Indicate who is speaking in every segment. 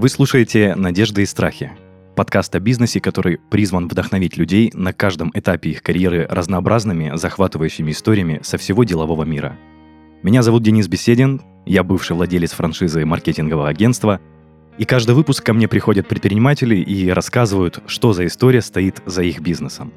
Speaker 1: Вы слушаете «Надежды и страхи» – подкаст о бизнесе, который призван вдохновить людей на каждом этапе их карьеры разнообразными, захватывающими историями со всего делового мира. Меня зовут Денис Беседин, я бывший владелец франшизы маркетингового агентства, и каждый выпуск ко мне приходят предприниматели и рассказывают, что за история стоит за их бизнесом.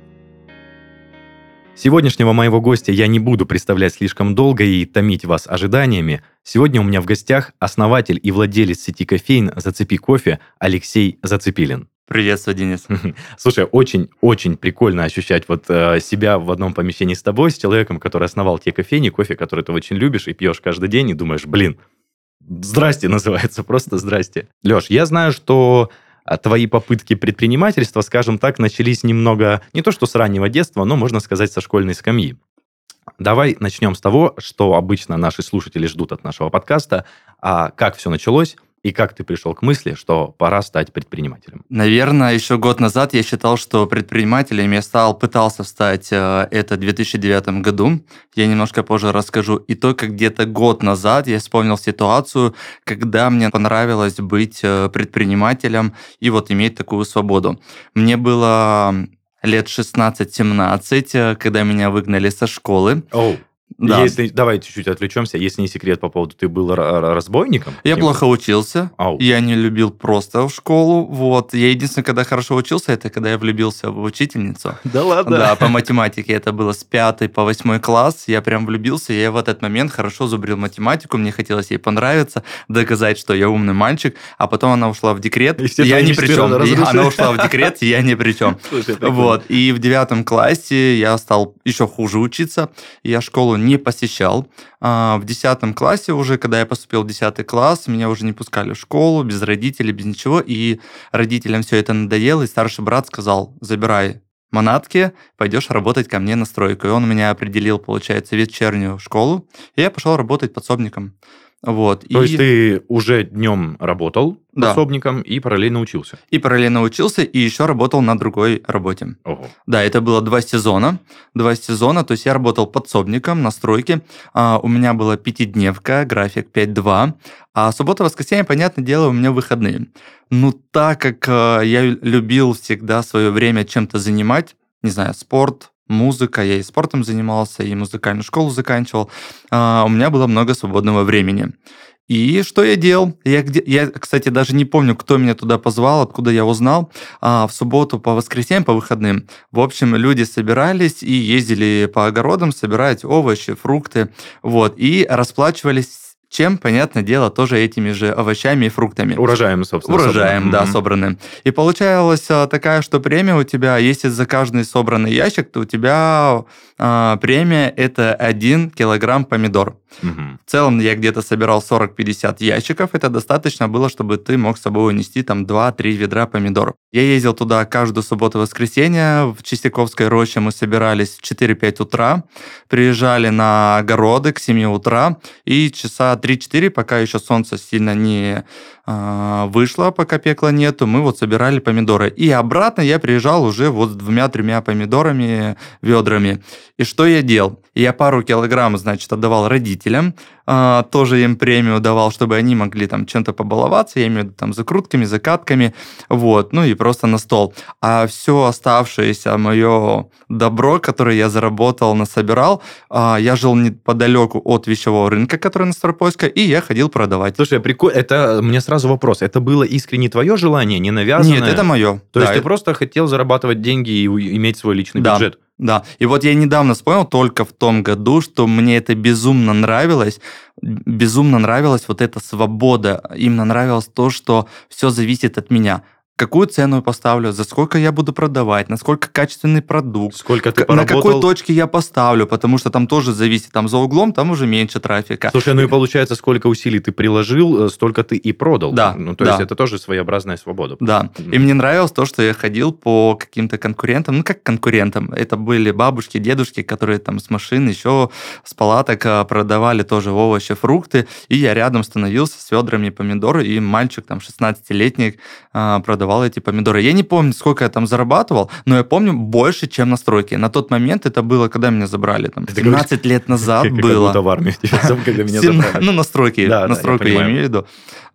Speaker 1: Сегодняшнего моего гостя я не буду представлять слишком долго и томить вас ожиданиями. Сегодня у меня в гостях основатель и владелец сети кофеин «Зацепи кофе» Алексей Зацепилин.
Speaker 2: Приветствую, Денис.
Speaker 1: Слушай, очень прикольно ощущать себя в одном помещении с тобой, с человеком, который основал те кофейни, кофе, который ты очень любишь и пьешь каждый день, и думаешь, здрасте называется, просто здрасте. Леш, я знаю, что твои попытки предпринимательства, скажем так, начались немного, не то что с раннего детства, но, можно сказать, со школьной скамьи. Давай начнем с того, что обычно наши слушатели ждут от нашего подкаста. Как все началось и как ты пришел к мысли, что пора стать предпринимателем?
Speaker 2: Наверное, еще год назад я считал, что предпринимателем пытался стать это в 2009 году. Я немножко позже расскажу. И только где-то год назад я вспомнил ситуацию, когда мне понравилось быть предпринимателем и иметь такую свободу. Мне было лет 16-17, когда меня выгнали со школы. Да.
Speaker 1: Давай чуть-чуть отвлечемся. Если не секрет по поводу, ты был разбойником?
Speaker 2: Я плохо учился. Я не любил просто в школу. Я единственное, когда хорошо учился, это когда я влюбился в учительницу.
Speaker 1: Да ладно?
Speaker 2: Да, по математике это было с 5 по 8 класс. Я прям влюбился. Я в этот момент хорошо зубрил математику. Мне хотелось ей понравиться, доказать, что я умный мальчик. А потом она ушла в декрет. Я ни при чем. Она ушла в декрет, я ни при чем. И в 9 классе я стал еще хуже учиться. Я школу не посещал. В 10 классе уже, когда я поступил в 10 класс, меня уже не пускали в школу, без родителей, без ничего. И родителям все это надоело, и старший брат сказал: забирай манатки, пойдешь работать ко мне на стройку. И он меня определил, получается, в вечернюю школу, и я пошел работать подсобником.
Speaker 1: То есть ты уже днем работал подсобником и параллельно учился?
Speaker 2: И параллельно учился, и еще работал на другой работе.
Speaker 1: Ого.
Speaker 2: Да, это было 2 сезона. 2 сезона, то есть я работал подсобником на стройке. У меня была 5-дневка, график 5-2. А суббота-воскресенье, понятное дело, у меня выходные. Так как я любил всегда свое время чем-то занимать, не знаю, спорт, музыка, я и спортом занимался, и музыкальную школу заканчивал, у меня было много свободного времени. И что я делал? Я, кстати, даже не помню, кто меня туда позвал, откуда я узнал. В субботу, по воскресеньям, по выходным. В общем, люди собирались и ездили по огородам собирать овощи, фрукты, и расплачивались чем, понятное дело, тоже этими же овощами и фруктами.
Speaker 1: Урожаем, собственно.
Speaker 2: Урожаем, да, собранным. И получалась такая, что премия у тебя, если за каждый собранный ящик, то у тебя премия – это 1 килограмм помидор. В целом я где-то собирал 40-50 ящиков. Это достаточно было, чтобы ты мог с собой унести 2-3 ведра помидор. Я ездил туда каждую субботу-воскресенье. В Чистяковской роще мы собирались в 4-5 утра. Приезжали на огороды к 7 утра. И часа 3-4, пока еще солнце сильно не вышло, пока пекла нету, мы собирали помидоры. И обратно я приезжал уже с 2-3 помидорами, ведрами. И что я делал? Я пару килограмм, отдавал родителям, тоже им премию давал, чтобы они могли чем-то побаловаться, я имею в виду закрутками, закатками, и просто на стол. А все оставшееся мое добро, которое я заработал, насобирал, я жил неподалеку от вещевого рынка, который на Старопольской, и я ходил продавать.
Speaker 1: Слушай, прикольно. Это мне сразу вопрос. Это было искренне твое желание, не навязанное?
Speaker 2: Нет, это мое.
Speaker 1: То есть ты просто хотел зарабатывать деньги и иметь свой личный бюджет?
Speaker 2: Да, и я недавно вспомнил, только в том году, что мне это безумно нравилось эта свобода, именно нравилось то, что все зависит от меня. Какую цену я поставлю, за сколько я буду продавать, насколько качественный продукт,
Speaker 1: сколько ты поработал,
Speaker 2: на какой точке я поставлю, потому что там тоже зависит, за углом там уже меньше трафика.
Speaker 1: Слушай, и получается, сколько усилий ты приложил, столько ты и продал.
Speaker 2: Да.
Speaker 1: То есть это тоже своеобразная свобода.
Speaker 2: Да, и мне нравилось то, что я ходил по каким-то конкурентам, как конкурентам, это были бабушки, дедушки, которые с машин, еще с палаток продавали тоже овощи, фрукты, и я рядом становился с ведрами помидоры, и мальчик 16-летний продавал эти помидоры. Я не помню, сколько я там зарабатывал, но я помню больше, чем на стройке. На тот момент это было, когда меня забрали. 17 лет назад было.
Speaker 1: Как будто в армию тебя когда меня забрали.
Speaker 2: На стройке. На стройке я имею в виду.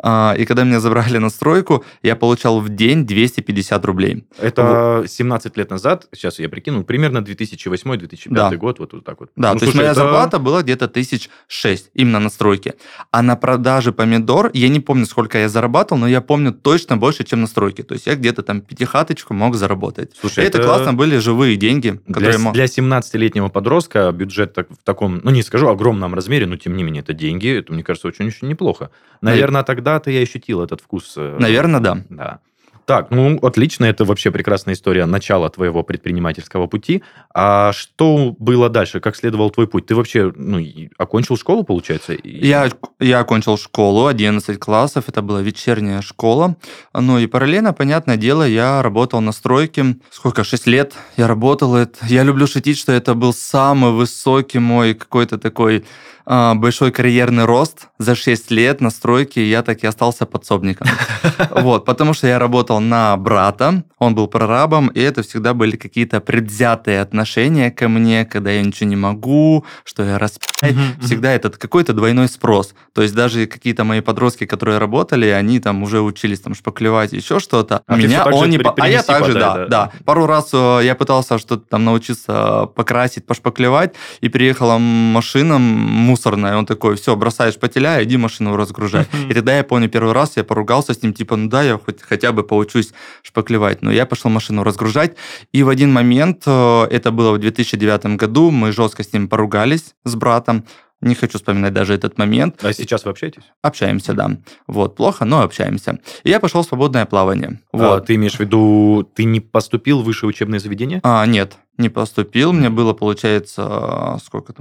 Speaker 2: И когда меня забрали на стройку, я получал в день 250 рублей.
Speaker 1: Это 17 лет назад, сейчас я прикинул, примерно 2008-2005 год, вот так вот.
Speaker 2: Да, то есть моя зарплата была где-то 1006 именно на стройке. А на продаже помидор, я не помню, сколько я зарабатывал, но я помню точно больше, чем на стройке. То есть я где-то там пятихаточку мог заработать.
Speaker 1: Слушай,
Speaker 2: это классно, были живые деньги.
Speaker 1: Для 17-летнего подростка бюджет в таком, не скажу огромном размере, но тем не менее это деньги, это, мне кажется, очень-очень неплохо. Наверное, тогда-то я ощутил этот вкус.
Speaker 2: Наверное, да.
Speaker 1: Да. Так, отлично, это вообще прекрасная история начала твоего предпринимательского пути. А что было дальше? Как следовал твой путь? Ты вообще, окончил школу, получается?
Speaker 2: Я окончил школу, 11 классов, это была вечерняя школа. И параллельно, понятное дело, я работал на стройке. 6 лет я работал. Я люблю шутить, что это был самый высокий мой какой-то такой большой карьерный рост. За 6 лет на стройке я так и остался подсобником. Потому что я работал на брата, он был прорабом, и это всегда были какие-то предвзятые отношения ко мне, когда я ничего не могу, что я распять. Всегда этот какой-то двойной спрос. То есть даже какие-то мои подростки, которые работали, они там уже учились там шпаклевать, еще что-то.
Speaker 1: Меня он не...
Speaker 2: А я также, да. Пару раз я пытался что-то там научиться покрасить, пошпаклевать, и приехала машина мусорная, он такой: все, бросай шпателя, иди машину разгружай. И тогда я помню, первый раз я поругался с ним, типа, я хотя бы поучусь шпаклевать. Но я пошел машину разгружать, и в один момент, это было в 2009 году, мы жестко с ним поругались, с братом. Не хочу вспоминать даже этот момент.
Speaker 1: А сейчас вы общаетесь?
Speaker 2: Общаемся, да. Плохо, но общаемся. И я пошел в свободное плавание.
Speaker 1: Ты имеешь в виду, ты не поступил в высшее учебное заведение?
Speaker 2: Нет, не поступил. Мне было, получается,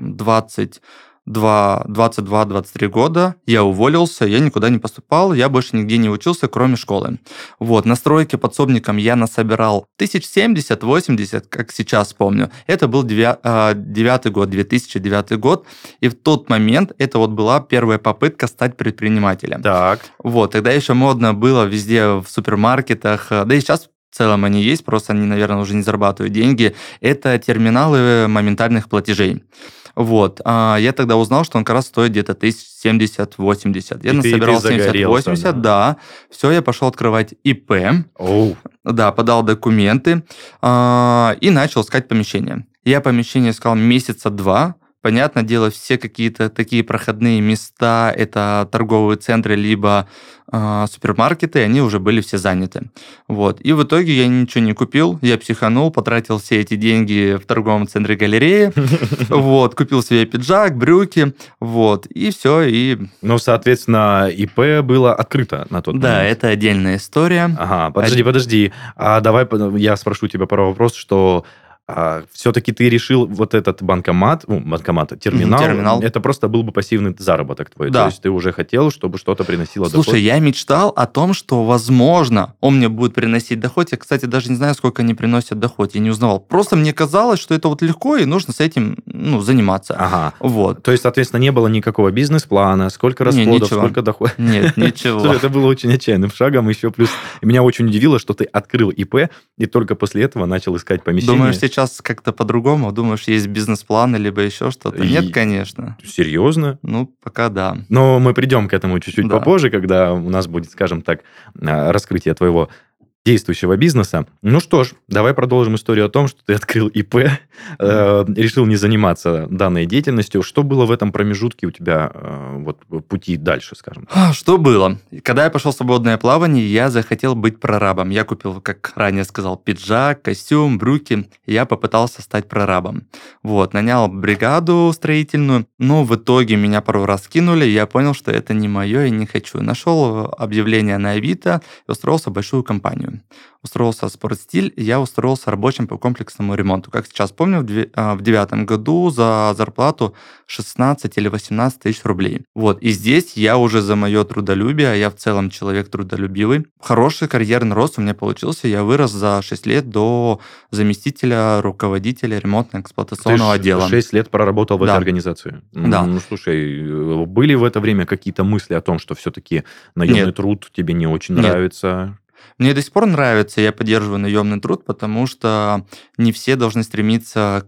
Speaker 2: 22-23 года, я уволился, я никуда не поступал, я больше нигде не учился, кроме школы. На стройке подсобником я насобирал 1070-80, как сейчас помню. Это был 2009 год, и в тот момент это была первая попытка стать предпринимателем.
Speaker 1: Так.
Speaker 2: Тогда еще модно было везде в супермаркетах, да и сейчас в целом они есть, просто они, наверное, уже не зарабатывают деньги. Это терминалы моментальных платежей. Я тогда узнал, что он как раз стоит где-то 1070-80. Я насобирал 70-80, да. Все, я пошел открывать ИП. Да, подал документы и начал искать помещение. Я помещение искал месяца 2. Понятное дело, все какие-то такие проходные места, это торговые центры, либо супермаркеты, они уже были все заняты. И в итоге я ничего не купил, я психанул, потратил все эти деньги в торговом центре галереи, купил себе пиджак, брюки, и все.
Speaker 1: Соответственно, ИП было открыто на тот момент.
Speaker 2: Да, это отдельная история.
Speaker 1: Ага, подожди. А давай я спрошу тебя пару вопросов, что... все-таки ты решил этот терминал, это просто был бы пассивный заработок твой.
Speaker 2: Да.
Speaker 1: То есть ты уже хотел, чтобы что-то приносило доход.
Speaker 2: Слушай, я мечтал о том, что, возможно, он мне будет приносить доход. Я, кстати, даже не знаю, сколько они приносят доход. Я не узнавал. Просто мне казалось, что это легко, и нужно с этим заниматься.
Speaker 1: Ага. То есть, соответственно, не было никакого бизнес-плана, сколько расходов, сколько доходов.
Speaker 2: Нет, ничего.
Speaker 1: Слушай, это было очень отчаянным шагом. Еще плюс меня очень удивило, что ты открыл ИП, и только после этого начал искать помещение.
Speaker 2: Думаешь, сейчас как-то по-другому? Думаешь, есть бизнес-план, либо еще что-то? Нет, конечно.
Speaker 1: Серьезно?
Speaker 2: Пока да.
Speaker 1: Но мы придем к этому чуть-чуть попозже, когда у нас будет, скажем так, раскрытие твоего действующего бизнеса. Что ж, давай продолжим историю о том, что ты открыл ИП, решил не заниматься данной деятельностью. Что было в этом промежутке у тебя пути дальше, скажем так?
Speaker 2: Что было? Когда я пошел в свободное плавание, я захотел быть прорабом. Я купил, как ранее сказал, пиджак, костюм, брюки. Я попытался стать прорабом. Нанял бригаду строительную, но в итоге меня пару раз кинули, и я понял, что это не мое, и не хочу. Нашел объявление на Авито и устроился в большую компанию. Устроился в «Спортстиль», и я устроился рабочим по комплексному ремонту. Как сейчас помню, в 2009 году за зарплату 16 или 18 тысяч рублей. И здесь я уже за мое трудолюбие, а я в целом человек трудолюбивый. Хороший карьерный рост у меня получился. Я вырос за 6 лет до заместителя руководителя ремонтно-эксплуатационного отдела.
Speaker 1: 6 лет проработал в этой организации?
Speaker 2: Да.
Speaker 1: Слушай, были в это время какие-то мысли о том, что все-таки наемный труд тебе не очень нравится?
Speaker 2: Мне до сих пор нравится, я поддерживаю наемный труд, потому что не все должны стремиться к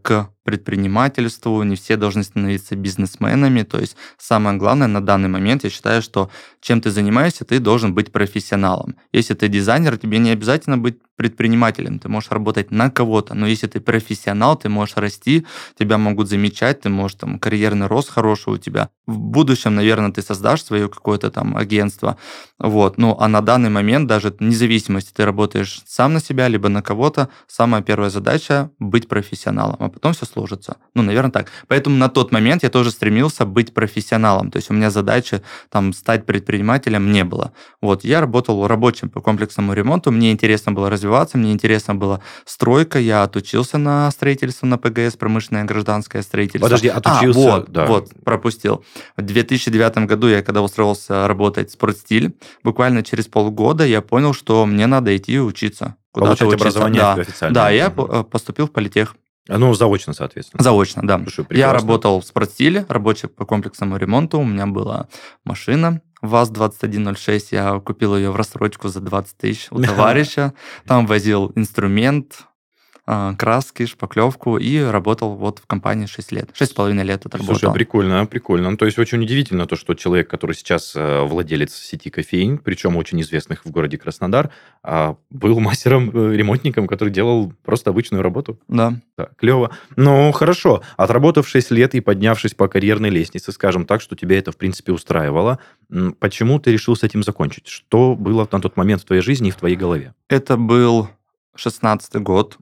Speaker 2: предпринимательству, не все должны становиться бизнесменами. То есть самое главное на данный момент, я считаю, что чем ты занимаешься, ты должен быть профессионалом. Если ты дизайнер, тебе не обязательно быть предпринимателем, ты можешь работать на кого-то, но если ты профессионал, ты можешь расти, тебя могут замечать, ты можешь там карьерный рост хороший у тебя. В будущем, наверное, ты создашь свое какое-то там агентство, вот. Ну, а на данный момент даже независимости ты работаешь сам на себя, либо на кого-то, самая первая задача — быть профессионалом, а потом все сложится. Ну, наверное, так. Поэтому на тот момент я тоже стремился быть профессионалом, то есть у меня задачи там стать предпринимателем не было. Вот, я работал рабочим по комплексному ремонту, мне интересно было развиваться, мне интересно было стройка, я отучился на строительство, на ПГС, промышленное гражданское строительство.
Speaker 1: Подожди, отучился?
Speaker 2: Вот, пропустил. В 2009 году я, когда устроился работать в «Спортстиль», буквально через полгода я понял, что мне надо идти учиться.
Speaker 1: Получать образование официально.
Speaker 2: Да, я поступил в политех.
Speaker 1: Ну, заочно, соответственно.
Speaker 2: Заочно, да.
Speaker 1: Слушай,
Speaker 2: я работал в «Спортстиле», рабочий по комплексному ремонту. У меня была машина ВАЗ-2106. Я купил ее в рассрочку за 20 тысяч у товарища. Там возил инструмент, краски, шпаклевку и работал вот в компании 6 лет. 6,5 лет отработал.
Speaker 1: Слушай, прикольно, прикольно. Ну, то есть очень удивительно то, что человек, который сейчас владелец сети кофеин, причем очень известных в городе Краснодар, был мастером-ремонтником, который делал просто обычную работу.
Speaker 2: Да.
Speaker 1: Так, клево. Ну, хорошо. Отработав 6 лет и поднявшись по карьерной лестнице, скажем так, что тебя это, в принципе, устраивало, почему ты решил с этим закончить? Что было на тот момент в твоей жизни и в твоей голове?
Speaker 2: Это был 2016 год,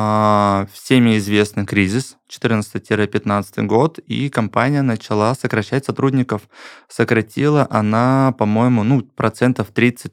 Speaker 2: всеми известный кризис, 2014-2015 год, и компания начала сокращать сотрудников. Сократила она, по-моему, процентов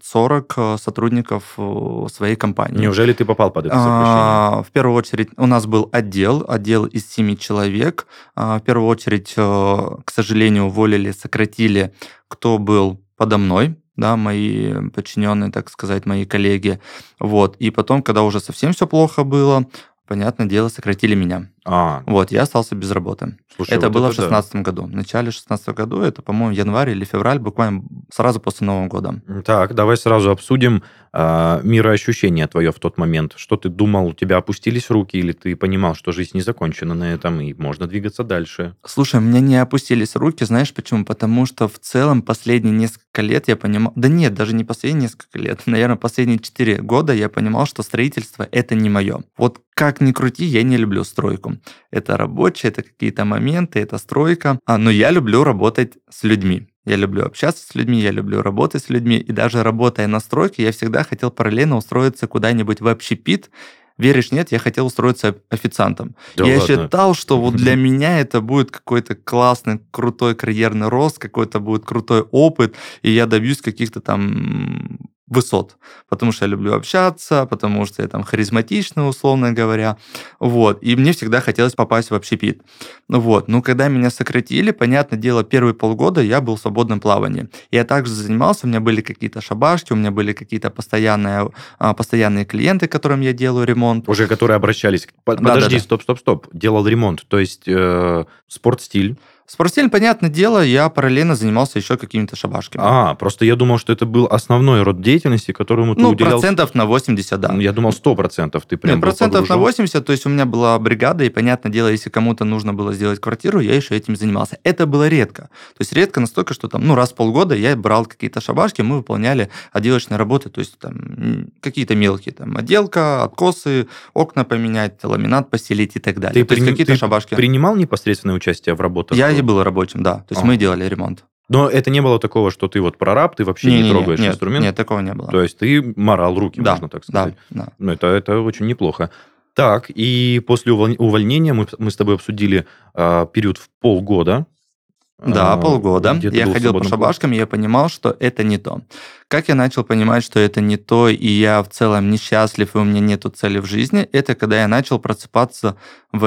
Speaker 2: 30-40 сотрудников своей компании.
Speaker 1: Неужели ты попал под это сокращение?
Speaker 2: В первую очередь у нас был отдел из 7 человек. В первую очередь, к сожалению, уволили, сократили, кто был подо мной, да, мои подчиненные, так сказать, мои коллеги. Вот. И потом, когда уже совсем все плохо было, понятное дело, сократили меня. Вот, я остался без работы.
Speaker 1: Слушай,
Speaker 2: это
Speaker 1: вот
Speaker 2: было
Speaker 1: это
Speaker 2: в 2016 году. В начале 2016 году, это, по-моему, январь или февраль, буквально сразу после Нового года.
Speaker 1: Так, давай сразу обсудим мироощущение твое в тот момент. Что ты думал, у тебя опустились руки, или ты понимал, что жизнь не закончена на этом, и можно двигаться дальше?
Speaker 2: Слушай, у меня не опустились руки, знаешь почему? Потому что в целом последние несколько лет я понимал... Да нет, даже не последние несколько лет. Наверное, последние 4 года я понимал, что строительство — это не мое. Вот как ни крути, я не люблю стройку. Это рабочее, это какие-то моменты, это стройка. Но я люблю работать с людьми. Я люблю общаться с людьми, я люблю работать с людьми. И даже работая на стройке, я всегда хотел параллельно устроиться куда-нибудь в общепит. Веришь, нет, я хотел устроиться официантом.
Speaker 1: Да
Speaker 2: я
Speaker 1: ладно?
Speaker 2: считал, что вот для меня это будет какой-то классный, крутой карьерный рост, какой-то будет крутой опыт, и я добьюсь каких-то там высот, потому что я люблю общаться, потому что я там харизматичный, условно говоря, вот, и мне всегда хотелось попасть в общепит, вот, но когда меня сократили, понятное дело, первые полгода я был в свободном плавании, я также занимался, у меня были какие-то шабашки, у меня были какие-то постоянные клиенты, которым я делаю ремонт.
Speaker 1: Уже которые обращались. Подожди, стоп. Делал ремонт, то есть «Спортстиль».
Speaker 2: «Спортстиль», понятное дело, я параллельно занимался еще какими-то шабашками.
Speaker 1: Просто я думал, что это был основной род деятельности, которому ты уделял...
Speaker 2: процентов на 80, да.
Speaker 1: Я думал, 100% ты прям был
Speaker 2: процентов
Speaker 1: погружен.
Speaker 2: на 80, то есть у меня была бригада, и, понятное дело, если кому-то нужно было сделать квартиру, я еще этим занимался. Это было редко. То есть редко настолько, что там, раз в полгода я брал какие-то шабашки, мы выполняли отделочные работы, то есть там какие-то мелкие, там отделка, откосы, окна поменять, ламинат постелить и так далее. То есть какие-то шабашки.
Speaker 1: Принимал непосредственное участие в работах?
Speaker 2: Я и был рабочим, да. То есть мы делали ремонт.
Speaker 1: Но это не было такого, что ты вот прораб, ты вообще не трогаешь инструмент?
Speaker 2: Нет, такого не было.
Speaker 1: То есть ты морал руки,
Speaker 2: да,
Speaker 1: можно так сказать.
Speaker 2: Да.
Speaker 1: Ну, это очень неплохо. Так, и после увольнения мы с тобой обсудили период в полгода.
Speaker 2: Да, полгода. Я ходил по шабашкам, и я понимал, что это не то. Как я начал понимать, что это не то, и я в целом несчастлив, и у меня нету цели в жизни, это когда я начал просыпаться в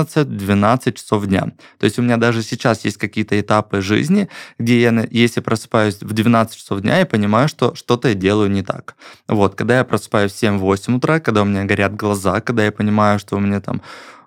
Speaker 2: 11-12 часов дня. То есть у меня даже сейчас есть какие-то этапы жизни, где я, если просыпаюсь в 12 часов дня, я понимаю, что что-то я делаю не так. Вот, когда я просыпаюсь в 7-8 утра, когда у меня горят глаза, когда я понимаю, что у меня там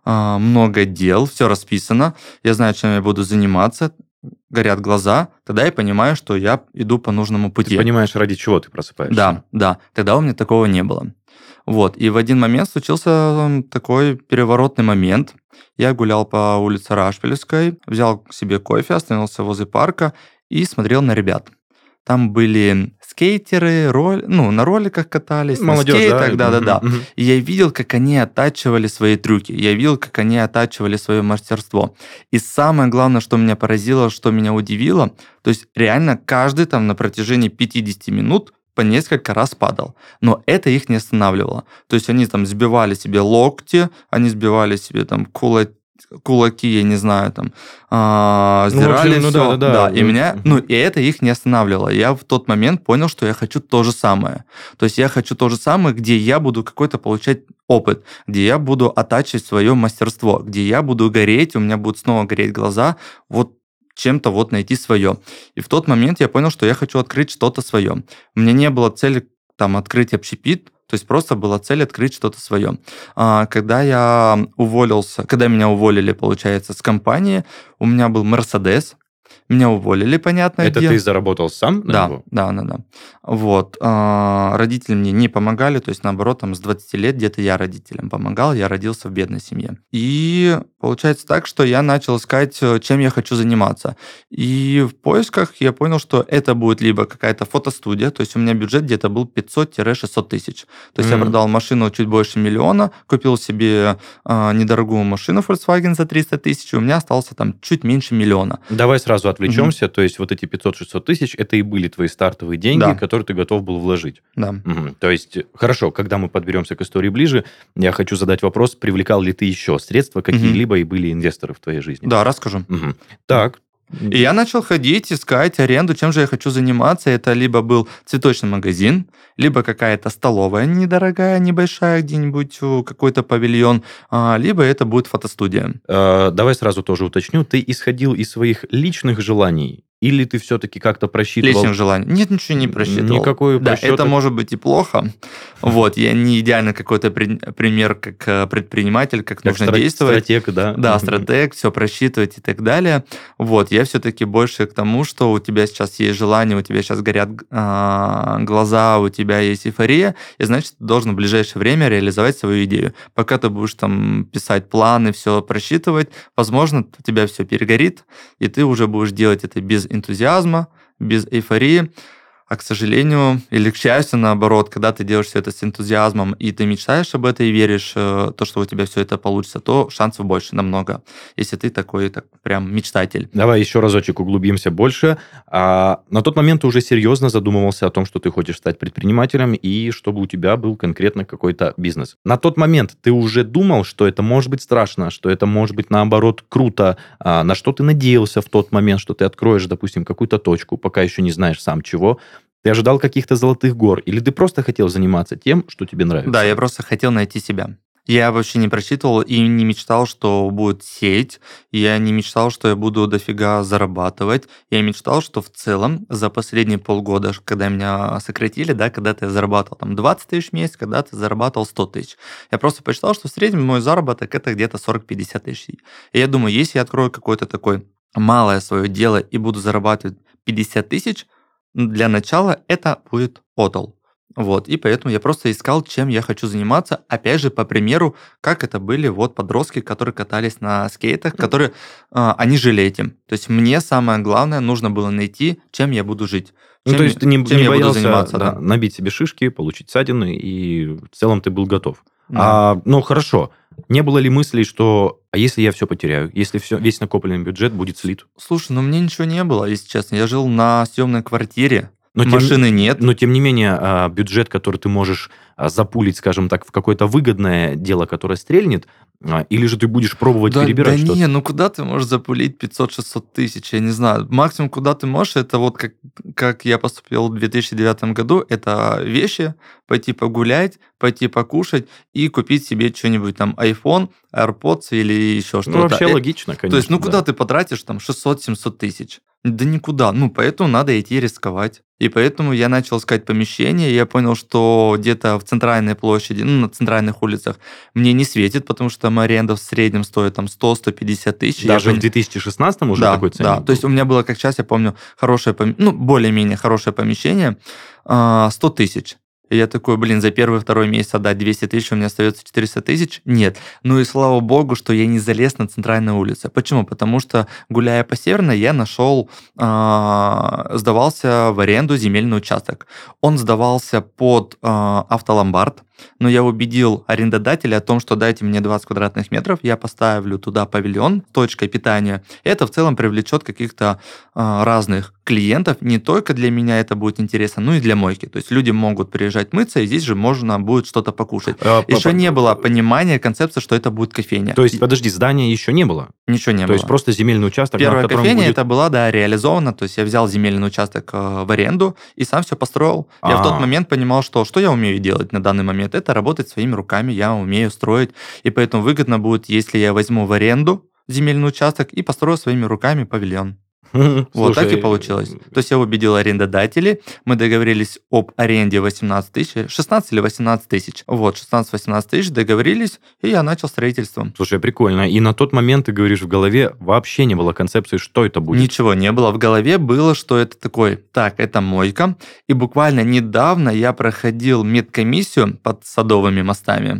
Speaker 2: много дел, все расписано, я знаю, чем я буду заниматься, горят глаза, тогда я понимаю, что я иду по нужному пути.
Speaker 1: Ты понимаешь, ради чего ты просыпаешься.
Speaker 2: Да. Тогда у меня такого не было. Вот. И в один момент случился такой переворотный момент. Я гулял по улице Рашпильской, взял себе кофе, остановился возле парка и смотрел на ребят. Там были скейтеры, на роликах катались,
Speaker 1: Молодежь,
Speaker 2: на скейтах,
Speaker 1: да?
Speaker 2: да. И я видел, как они оттачивали свои трюки, я видел, как они оттачивали свое мастерство. И самое главное, что меня поразило, что меня удивило, то есть реально каждый там на протяжении 50 минут по несколько раз падал. Но это их не останавливало. То есть они там сбивали себе локти, они сбивали себе там кулаки, я не знаю, там, сдирали все. Да. И меня, и это их не останавливало. Я в тот момент понял, что я хочу то же самое. То есть я хочу то же самое, где я буду какой-то получать опыт, где я буду оттачивать свое мастерство, где я буду гореть, у меня будут снова гореть глаза, вот чем-то вот найти свое. И в тот момент я понял, что я хочу открыть что-то свое. У меня не было цели там открыть общепит, то есть просто была цель открыть что-то свое. Когда меня уволили, получается, с компании, у меня был Мерседес, меня уволили, понятное дело.
Speaker 1: Это ты заработал сам на него?
Speaker 2: Да. Вот. Родители мне не помогали, то есть, наоборот, там с 20 лет где-то я родителям помогал, я родился в бедной семье. И получается так, что я начал искать, чем я хочу заниматься. И в поисках я понял, что это будет либо какая-то фотостудия, то есть у меня бюджет где-то был 500-600 тысяч. То есть я продал машину чуть больше 1 миллиона, купил себе недорогую машину Volkswagen за 300 тысяч, и у меня остался там чуть меньше 1 миллиона.
Speaker 1: Давай сразу отвлечемся. То есть вот эти 500-600 тысяч, это и были твои стартовые деньги, которые ты готов был вложить.
Speaker 2: Да.
Speaker 1: То есть, хорошо, когда мы подберемся к истории ближе, я хочу задать вопрос, привлекал ли ты еще средства какие-либо и были инвесторы в твоей жизни?
Speaker 2: Да, расскажу.
Speaker 1: Так.
Speaker 2: И я начал ходить, искать аренду, чем же я хочу заниматься. Это либо был цветочный магазин, либо какая-то столовая недорогая, небольшая, где-нибудь какой-то павильон, либо это будет фотостудия.
Speaker 1: Давай сразу тоже уточню. Ты исходил из своих личных желаний или ты все-таки как-то просчитывал?
Speaker 2: Личных желаний. Нет, ничего не просчитывал.
Speaker 1: Никакой просчет.
Speaker 2: Да, это может быть и плохо. Вот, я не идеально какой-то пример как предприниматель, как нужно действовать.
Speaker 1: Стратег, да?
Speaker 2: Да, стратег, все просчитывать и так далее. Вот, я все-таки больше к тому, что у тебя сейчас есть желание, у тебя сейчас горят глаза, у тебя есть эйфория, и значит, ты должен в ближайшее время реализовать свою идею. Пока ты будешь там писать планы, все просчитывать, возможно, у тебя все перегорит, и ты уже будешь делать это без энтузиазма, без эйфории. А, к сожалению, или к счастью, наоборот, когда ты делаешь все это с энтузиазмом, и ты мечтаешь об этом, и веришь, то, что у тебя все это получится, то шансов больше намного, если ты такой прям мечтатель.
Speaker 1: Давай еще разочек углубимся больше. На тот момент ты уже серьезно задумывался о том, что ты хочешь стать предпринимателем, и чтобы у тебя был конкретно какой-то бизнес. На тот момент ты уже думал, что это может быть страшно, что это может быть, наоборот, круто, на что ты надеялся в тот момент, что ты откроешь, допустим, какую-то точку, пока еще не знаешь сам чего. Ты ожидал каких-то золотых гор? Или ты просто хотел заниматься тем, что тебе нравится?
Speaker 2: Да, я просто хотел найти себя. Я вообще не просчитывал и не мечтал, что будет сеть. Я не мечтал, что я буду дофига зарабатывать. Я мечтал, что в целом за последние полгода, когда меня сократили, да, когда-то я зарабатывал там 20 тысяч в месяц, когда-то зарабатывал 100 тысяч. Я просто посчитал, что в среднем мой заработок это где-то 40-50 тысяч. И я думаю, если я открою какое-то такое малое свое дело и буду зарабатывать 50 тысяч, для начала это будет отдал. Вот, и поэтому я просто искал, чем я хочу заниматься. Опять же, по примеру, как это были вот подростки, которые катались на скейтах, которые, они жили этим. То есть мне самое главное нужно было найти, чем я буду жить.
Speaker 1: То есть ты не боялся
Speaker 2: заниматься,
Speaker 1: набить себе шишки, получить ссадины, и в целом ты был готов.
Speaker 2: Да.
Speaker 1: Хорошо. Не было ли мыслей, что а если я все потеряю, если весь накопленный бюджет будет слит?
Speaker 2: Слушай, мне ничего не было, если честно. Я жил на съемной квартире, машины нет.
Speaker 1: Но тем не менее, бюджет, который ты можешь запулить, скажем так, в какое-то выгодное дело, которое стрельнет, или же ты будешь пробовать перебирать что-то?
Speaker 2: Да куда ты можешь запулить 500-600 тысяч, я не знаю. Максимум, куда ты можешь, это вот как я поступил в 2009 году, это вещи, пойти погулять, пойти покушать и купить себе что-нибудь там, iPhone, AirPods или еще что-то.
Speaker 1: Вообще логично, конечно.
Speaker 2: То есть, куда ты потратишь там 600-700 тысяч? Да никуда. Поэтому надо идти рисковать. И поэтому я начал искать помещение, и я понял, что где-то в центральной площади, на центральных улицах мне не светит, потому что там аренда в среднем стоит там 100-150 тысяч.
Speaker 1: Даже в 2016 уже такой ценник?
Speaker 2: Да, то есть у меня было, как сейчас, я помню, более-менее хорошее помещение, 100 тысяч. И я такой, блин, за первый-второй месяц отдать 200 тысяч, у меня остается 400 тысяч? Нет. Ну и слава богу, что я не залез на центральной улице. Почему? Потому что, гуляя по Северной, я сдавался в аренду земельный участок. Он сдавался под автоломбард, но я убедил арендодателя о том, что дайте мне 20 квадратных метров, я поставлю туда павильон, точкой питания. Это в целом привлечет каких-то разных клиентов. Не только для меня это будет интересно, но и для мойки. То есть люди могут приезжать мыться, и здесь же можно будет что-то покушать. Еще не было понимания концепции, что это будет кофейня.
Speaker 1: То есть, подожди, здания еще не было?
Speaker 2: Ничего не было.
Speaker 1: То есть просто земельный участок,
Speaker 2: Первая
Speaker 1: на котором
Speaker 2: кофейня
Speaker 1: будет...
Speaker 2: это была, да, реализована. То есть я взял земельный участок в аренду и сам все построил. Я в тот момент понимал, что я умею делать на данный момент. Это работать своими руками, я умею строить. И поэтому выгодно будет, если я возьму в аренду земельный участок и построю своими руками павильон. Вот так и получилось. То есть я убедил арендодателей, мы договорились об аренде 18 тысяч, 16 или 18 тысяч. Вот, 16-18 тысяч договорились, и я начал строительство.
Speaker 1: Слушай, прикольно. И на тот момент, ты говоришь, в голове вообще не было концепции, что это будет?
Speaker 2: Ничего не было. В голове было, что это такой, так, это мойка. И буквально недавно я проходил медкомиссию под Садовыми мостами.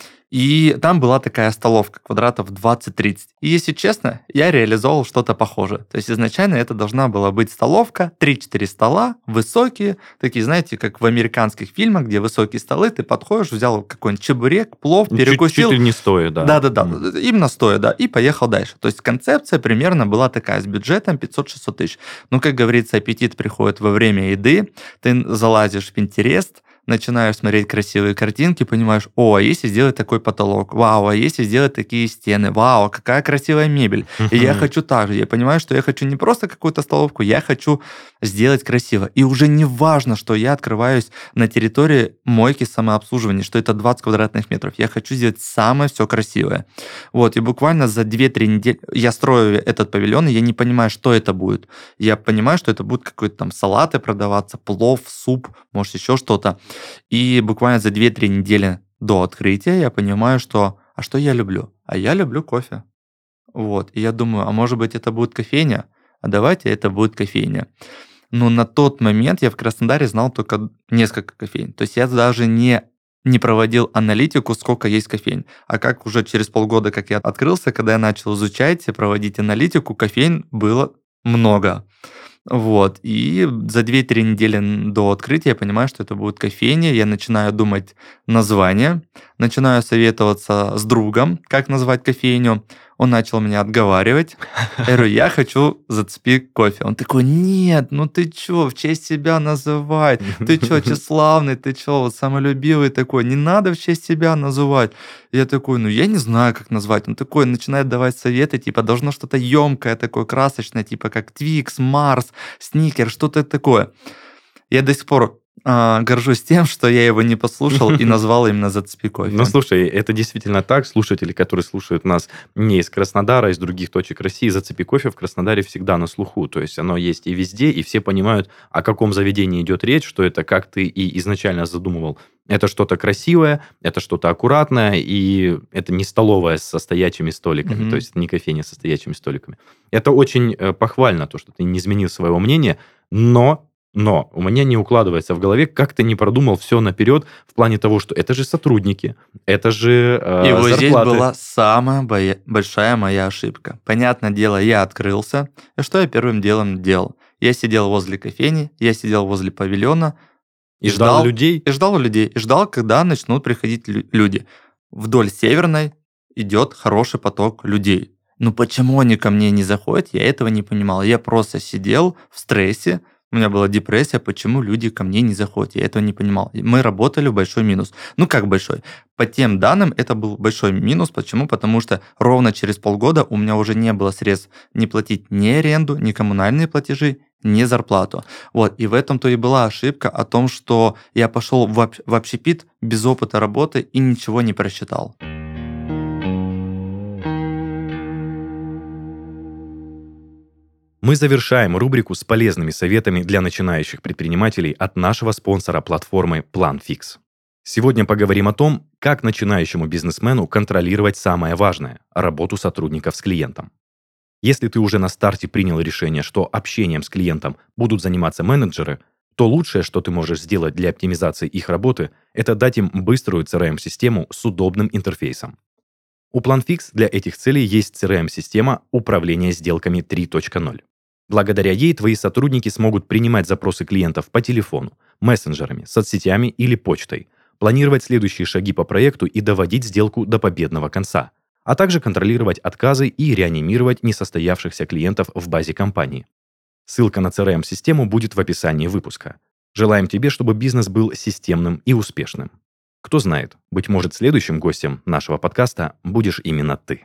Speaker 2: И там была такая столовка, квадратов 20-30. И, если честно, я реализовал что-то похожее. То есть изначально это должна была быть столовка, 3-4 стола, высокие, такие, знаете, как в американских фильмах, где высокие столы, ты подходишь, взял какой-нибудь чебурек, плов, перекусил.
Speaker 1: Чуть ли не стоя, да.
Speaker 2: Да, именно стоя, да, и поехал дальше. То есть концепция примерно была такая, с бюджетом 500-600 тысяч. Ну, как говорится, аппетит приходит во время еды, ты залазишь в Pinterest, начинаешь смотреть красивые картинки, понимаешь, а если сделать такой потолок, вау, а если сделать такие стены, вау, какая красивая мебель, и я хочу так же, я понимаю, что я хочу не просто какую-то столовку, я хочу сделать красиво, и уже не важно, что я открываюсь на территории мойки самообслуживания, что это 20 квадратных метров, я хочу сделать самое все красивое. Вот, и буквально за 2-3 недели я строю этот павильон, и я не понимаю, что это будет. Я понимаю, что это будут какие-то там салаты продаваться, плов, суп, может еще что-то. И буквально за 2-3 недели до открытия я понимаю, что я люблю? А я люблю кофе. Вот. И я думаю, а может быть это будет кофейня? А давайте это будет кофейня. Но на тот момент я в Краснодаре знал только несколько кофейн. То есть я даже не проводил аналитику, сколько есть кофейн. А как уже через полгода, как я открылся, когда я начал изучать и проводить аналитику, кофейн было много. Вот. И за 2-3 недели до открытия я понимаю, что это будет кофейня. Я начинаю думать название, начинаю советоваться с другом, как назвать кофейню. Он начал меня отговаривать. Я говорю, я хочу «Зацепи кофе». Он такой, нет, ну ты чё, в честь себя называть? Ты чё, тщеславный, ты чё, вот самолюбивый такой, не надо в честь себя называть. Я такой, ну я не знаю, как назвать. Он такой начинает давать советы, типа должно что-то ёмкое такое, красочное, типа как Твикс, Марс, Сникер, что-то такое. Я до сих пор горжусь тем, что я его не послушал и назвал именно «Зацепи кофе».
Speaker 1: Ну, слушай, это действительно так. Слушатели, которые слушают нас не из Краснодара, а из других точек России, «Зацепи кофе» в Краснодаре всегда на слуху. То есть оно есть и везде, и все понимают, о каком заведении идет речь, что это, как ты и изначально задумывал, это что-то красивое, это что-то аккуратное, и это не столовая со стоячими столиками, то есть не кофейня со стоячими столиками. Это очень похвально, то, что ты не изменил своего мнения, но у меня не укладывается в голове, как ты не продумал все наперед в плане того, что это же сотрудники, это же
Speaker 2: И вот
Speaker 1: зарплаты.
Speaker 2: здесь была самая большая моя ошибка. Понятное дело, я открылся, и что я первым делом делал? Я сидел возле кофейни, я сидел возле павильона,
Speaker 1: И ждал людей?
Speaker 2: И ждал людей, и ждал, когда начнут приходить люди. Вдоль Северной идет хороший поток людей. Ну почему они ко мне не заходят, я этого не понимал. Я просто сидел в стрессе, у меня была депрессия, почему люди ко мне не заходят, я этого не понимал. Мы работали в большой минус. Ну как большой? По тем данным это был большой минус. Почему? Потому что ровно через полгода у меня уже не было средств не платить ни аренду, ни коммунальные платежи, ни зарплату. Вот. И в этом-то и была ошибка о том, что я пошел в общепит без опыта работы и ничего не просчитал.
Speaker 1: Мы завершаем рубрику с полезными советами для начинающих предпринимателей от нашего спонсора платформы PlanFix. Сегодня поговорим о том, как начинающему бизнесмену контролировать самое важное – работу сотрудников с клиентом. Если ты уже на старте принял решение, что общением с клиентом будут заниматься менеджеры, то лучшее, что ты можешь сделать для оптимизации их работы, это дать им быструю CRM-систему с удобным интерфейсом. У PlanFix для этих целей есть CRM-система управления сделками 3.0. Благодаря ей твои сотрудники смогут принимать запросы клиентов по телефону, мессенджерами, соцсетями или почтой, планировать следующие шаги по проекту и доводить сделку до победного конца, а также контролировать отказы и реанимировать несостоявшихся клиентов в базе компании. Ссылка на CRM-систему будет в описании выпуска. Желаем тебе, чтобы бизнес был системным и успешным. Кто знает, быть может, следующим гостем нашего подкаста будешь именно ты.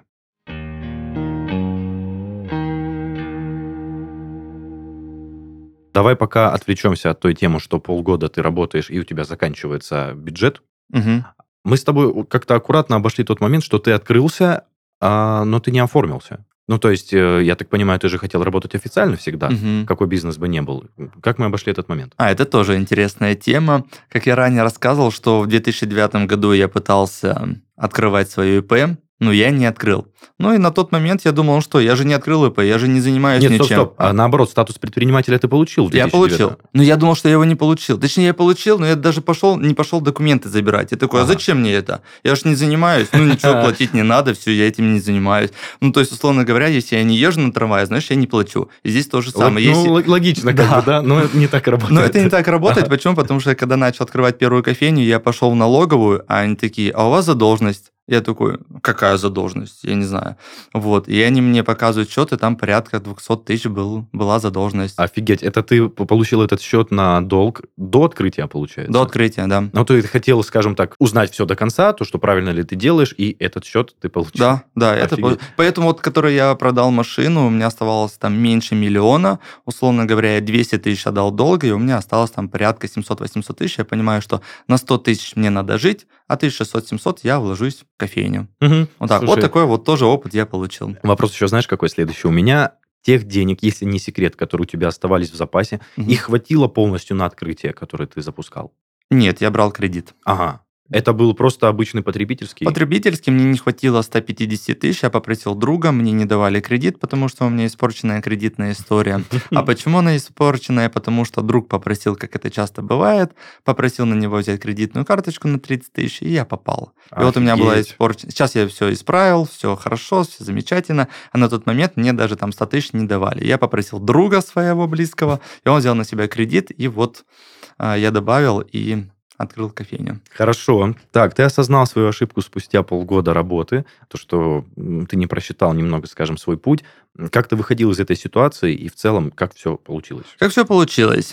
Speaker 1: Давай пока отвлечемся от той темы, что полгода ты работаешь и у тебя заканчивается бюджет.
Speaker 2: Угу.
Speaker 1: Мы с тобой как-то аккуратно обошли тот момент, что ты открылся, но ты не оформился. Ну, то есть, я так понимаю, ты же хотел работать официально всегда,
Speaker 2: Угу.
Speaker 1: какой бизнес бы ни был. Как мы обошли этот момент?
Speaker 2: Это тоже интересная тема. Как я ранее рассказывал, что в 2009 году я пытался открывать свою ИП, но я не открыл. Ну и на тот момент я думал, что я же не открыл ИП, я же не занимаюсь
Speaker 1: Нет,
Speaker 2: ничем.
Speaker 1: стоп. А наоборот, статус предпринимателя ты получил в
Speaker 2: Я
Speaker 1: 2009?
Speaker 2: получил. Но я думал, что я его не получил. Точнее, я получил, но я даже не пошел документы забирать. Я такой, а зачем мне это? Я же не занимаюсь. Ну, ничего платить не надо, все, я этим не занимаюсь. Ну, то есть, условно говоря, если я не езжу на трамвае, значит, я не плачу. И здесь то же самое.
Speaker 1: Логично, как бы, да, но это не так работает.
Speaker 2: Но это не так работает. Почему? Потому что когда начал открывать первую кофейню, я пошел в налоговую, а они такие, а у вас задолженность? Я такой, какая задолженность? Я не знаю. Вот. И они мне показывают счет, и там порядка 200 тысяч была задолженность.
Speaker 1: Офигеть, это ты получил этот счет на долг до открытия, получается?
Speaker 2: До открытия, да.
Speaker 1: Ну, ты хотел, скажем так, узнать все до конца, то, что правильно ли ты делаешь, и этот счет ты получил.
Speaker 2: Да. Поэтому вот, который я продал машину, у меня оставалось там меньше 1 миллиона. Условно говоря, я 200 тысяч отдал долга, и у меня осталось там порядка 700-800 тысяч. Я понимаю, что на 100 тысяч мне надо жить, а 1600-700 я вложусь в кофейню.
Speaker 1: Угу.
Speaker 2: Вот так. Вот такой вот тоже опыт я получил.
Speaker 1: Вопрос еще, знаешь, какой следующий? У меня тех денег, если не секрет, которые у тебя оставались в запасе, их хватило полностью на открытие, которое ты запускал?
Speaker 2: Нет, я брал кредит.
Speaker 1: Ага. Это был просто обычный потребительский?
Speaker 2: Потребительский, мне не хватило 150 тысяч, я попросил друга, мне не давали кредит, потому что у меня испорченная кредитная история. А почему она испорченная? Потому что друг попросил, как это часто бывает, попросил на него взять кредитную карточку на 30 тысяч, и я попал. И вот у меня была испорчена. Сейчас я все исправил, все хорошо, все замечательно, а на тот момент мне даже там 100 тысяч не давали. Я попросил друга своего близкого, и он взял на себя кредит, и вот я добавил и открыл кофейню.
Speaker 1: Хорошо. Так, ты осознал свою ошибку спустя полгода работы, то, что ты не просчитал немного, скажем, свой путь. Как ты выходил из этой ситуации и в целом, как все получилось?
Speaker 2: Как все получилось?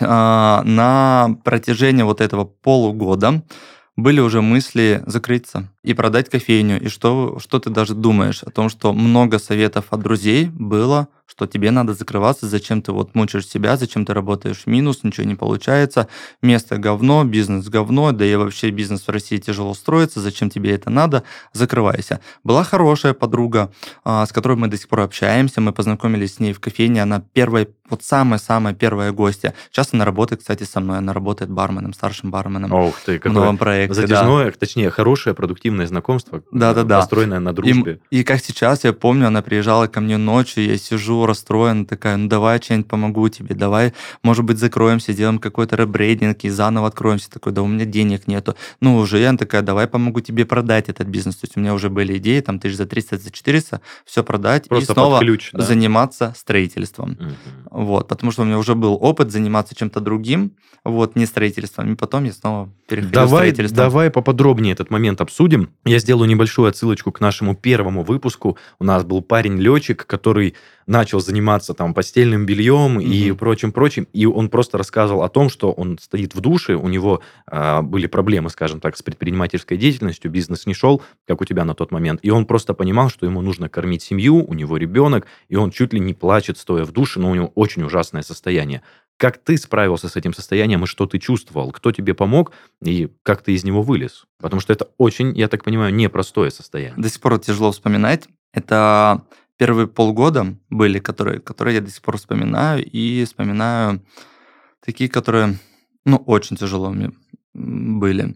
Speaker 2: На протяжении вот этого полугода были уже мысли закрыться и продать кофейню. И что ты даже думаешь о том, что много советов от друзей было, что тебе надо закрываться, зачем ты вот мучаешь себя, зачем ты работаешь в минус, ничего не получается, место говно, бизнес говно, да и вообще бизнес в России тяжело строится, зачем тебе это надо, закрывайся. Была хорошая подруга, с которой мы до сих пор общаемся, мы познакомились с ней в кофейне, она первая, вот самая первая гостья. Сейчас она работает, кстати, со мной, она работает барменом, старшим барменом.
Speaker 1: Ох ты, какое
Speaker 2: в новом проекте.
Speaker 1: затяжное, точнее, хорошее, продуктивное знакомство, построенное на дружбе.
Speaker 2: И как сейчас, я помню, она приезжала ко мне ночью, я сижу расстроена, такая, ну давай что-нибудь помогу тебе, давай, может быть, закроемся, сделаем какой-то ребрейдинг и заново откроемся. Такой, да у меня денег нету. Ну, уже она такая, давай помогу тебе продать этот бизнес. То есть у меня уже были идеи, там, тысяч за 300, за 400, все продать
Speaker 1: Просто
Speaker 2: и снова
Speaker 1: ключ, да?
Speaker 2: заниматься строительством. Вот, потому что у меня уже был опыт заниматься чем-то другим, вот, не строительством, и потом я снова переходил в строительство.
Speaker 1: Давай поподробнее этот момент обсудим. Я сделаю небольшую отсылочку к нашему первому выпуску. У нас был парень-летчик, который начал заниматься там постельным бельем и прочим. И он просто рассказывал о том, что он стоит в душе, у него были проблемы, скажем так, с предпринимательской деятельностью, бизнес не шел, как у тебя на тот момент. И он просто понимал, что ему нужно кормить семью, у него ребенок, и он чуть ли не плачет, стоя в душе, но у него очень ужасное состояние. Как ты справился с этим состоянием и что ты чувствовал? Кто тебе помог и как ты из него вылез? Потому что это очень, я так понимаю, непростое состояние.
Speaker 2: До сих пор тяжело вспоминать. Это первые полгода были, которые я до сих пор вспоминаю. И вспоминаю такие, которые, очень тяжело мне были.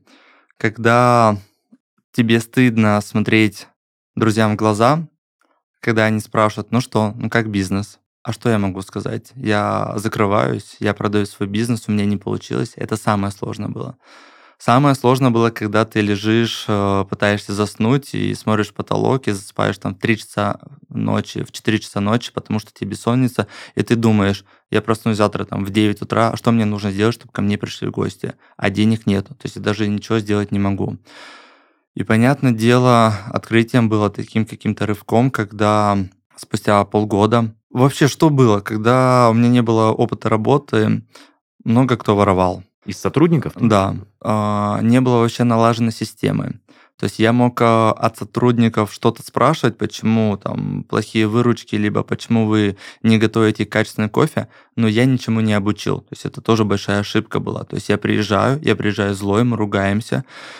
Speaker 2: Когда тебе стыдно смотреть друзьям в глаза, когда они спрашивают, ну что, как бизнес? А что я могу сказать? Я закрываюсь, я продаю свой бизнес, у меня не получилось. Это самое сложное было. Самое сложное было, когда ты лежишь, пытаешься заснуть и смотришь в потолок, и засыпаешь там в 3 часа ночи, в 4 часа ночи, потому что тебе бессонница, и ты думаешь: я проснусь завтра там в 9 утра, а что мне нужно сделать, чтобы ко мне пришли гости? А денег нету, то есть я даже ничего сделать не могу. И, понятное дело, открытием было таким каким-то рывком, когда спустя полгода. Вообще, что было? Когда у меня не было опыта работы, много кто воровал.
Speaker 1: Из сотрудников?
Speaker 2: Да, не было вообще налаженной системы. То есть я мог от сотрудников что-то спрашивать, почему там плохие выручки, либо почему вы не готовите качественный кофе, но я ничему не обучил. То есть это тоже большая ошибка была. То есть я приезжаю злой, мы ругаемся,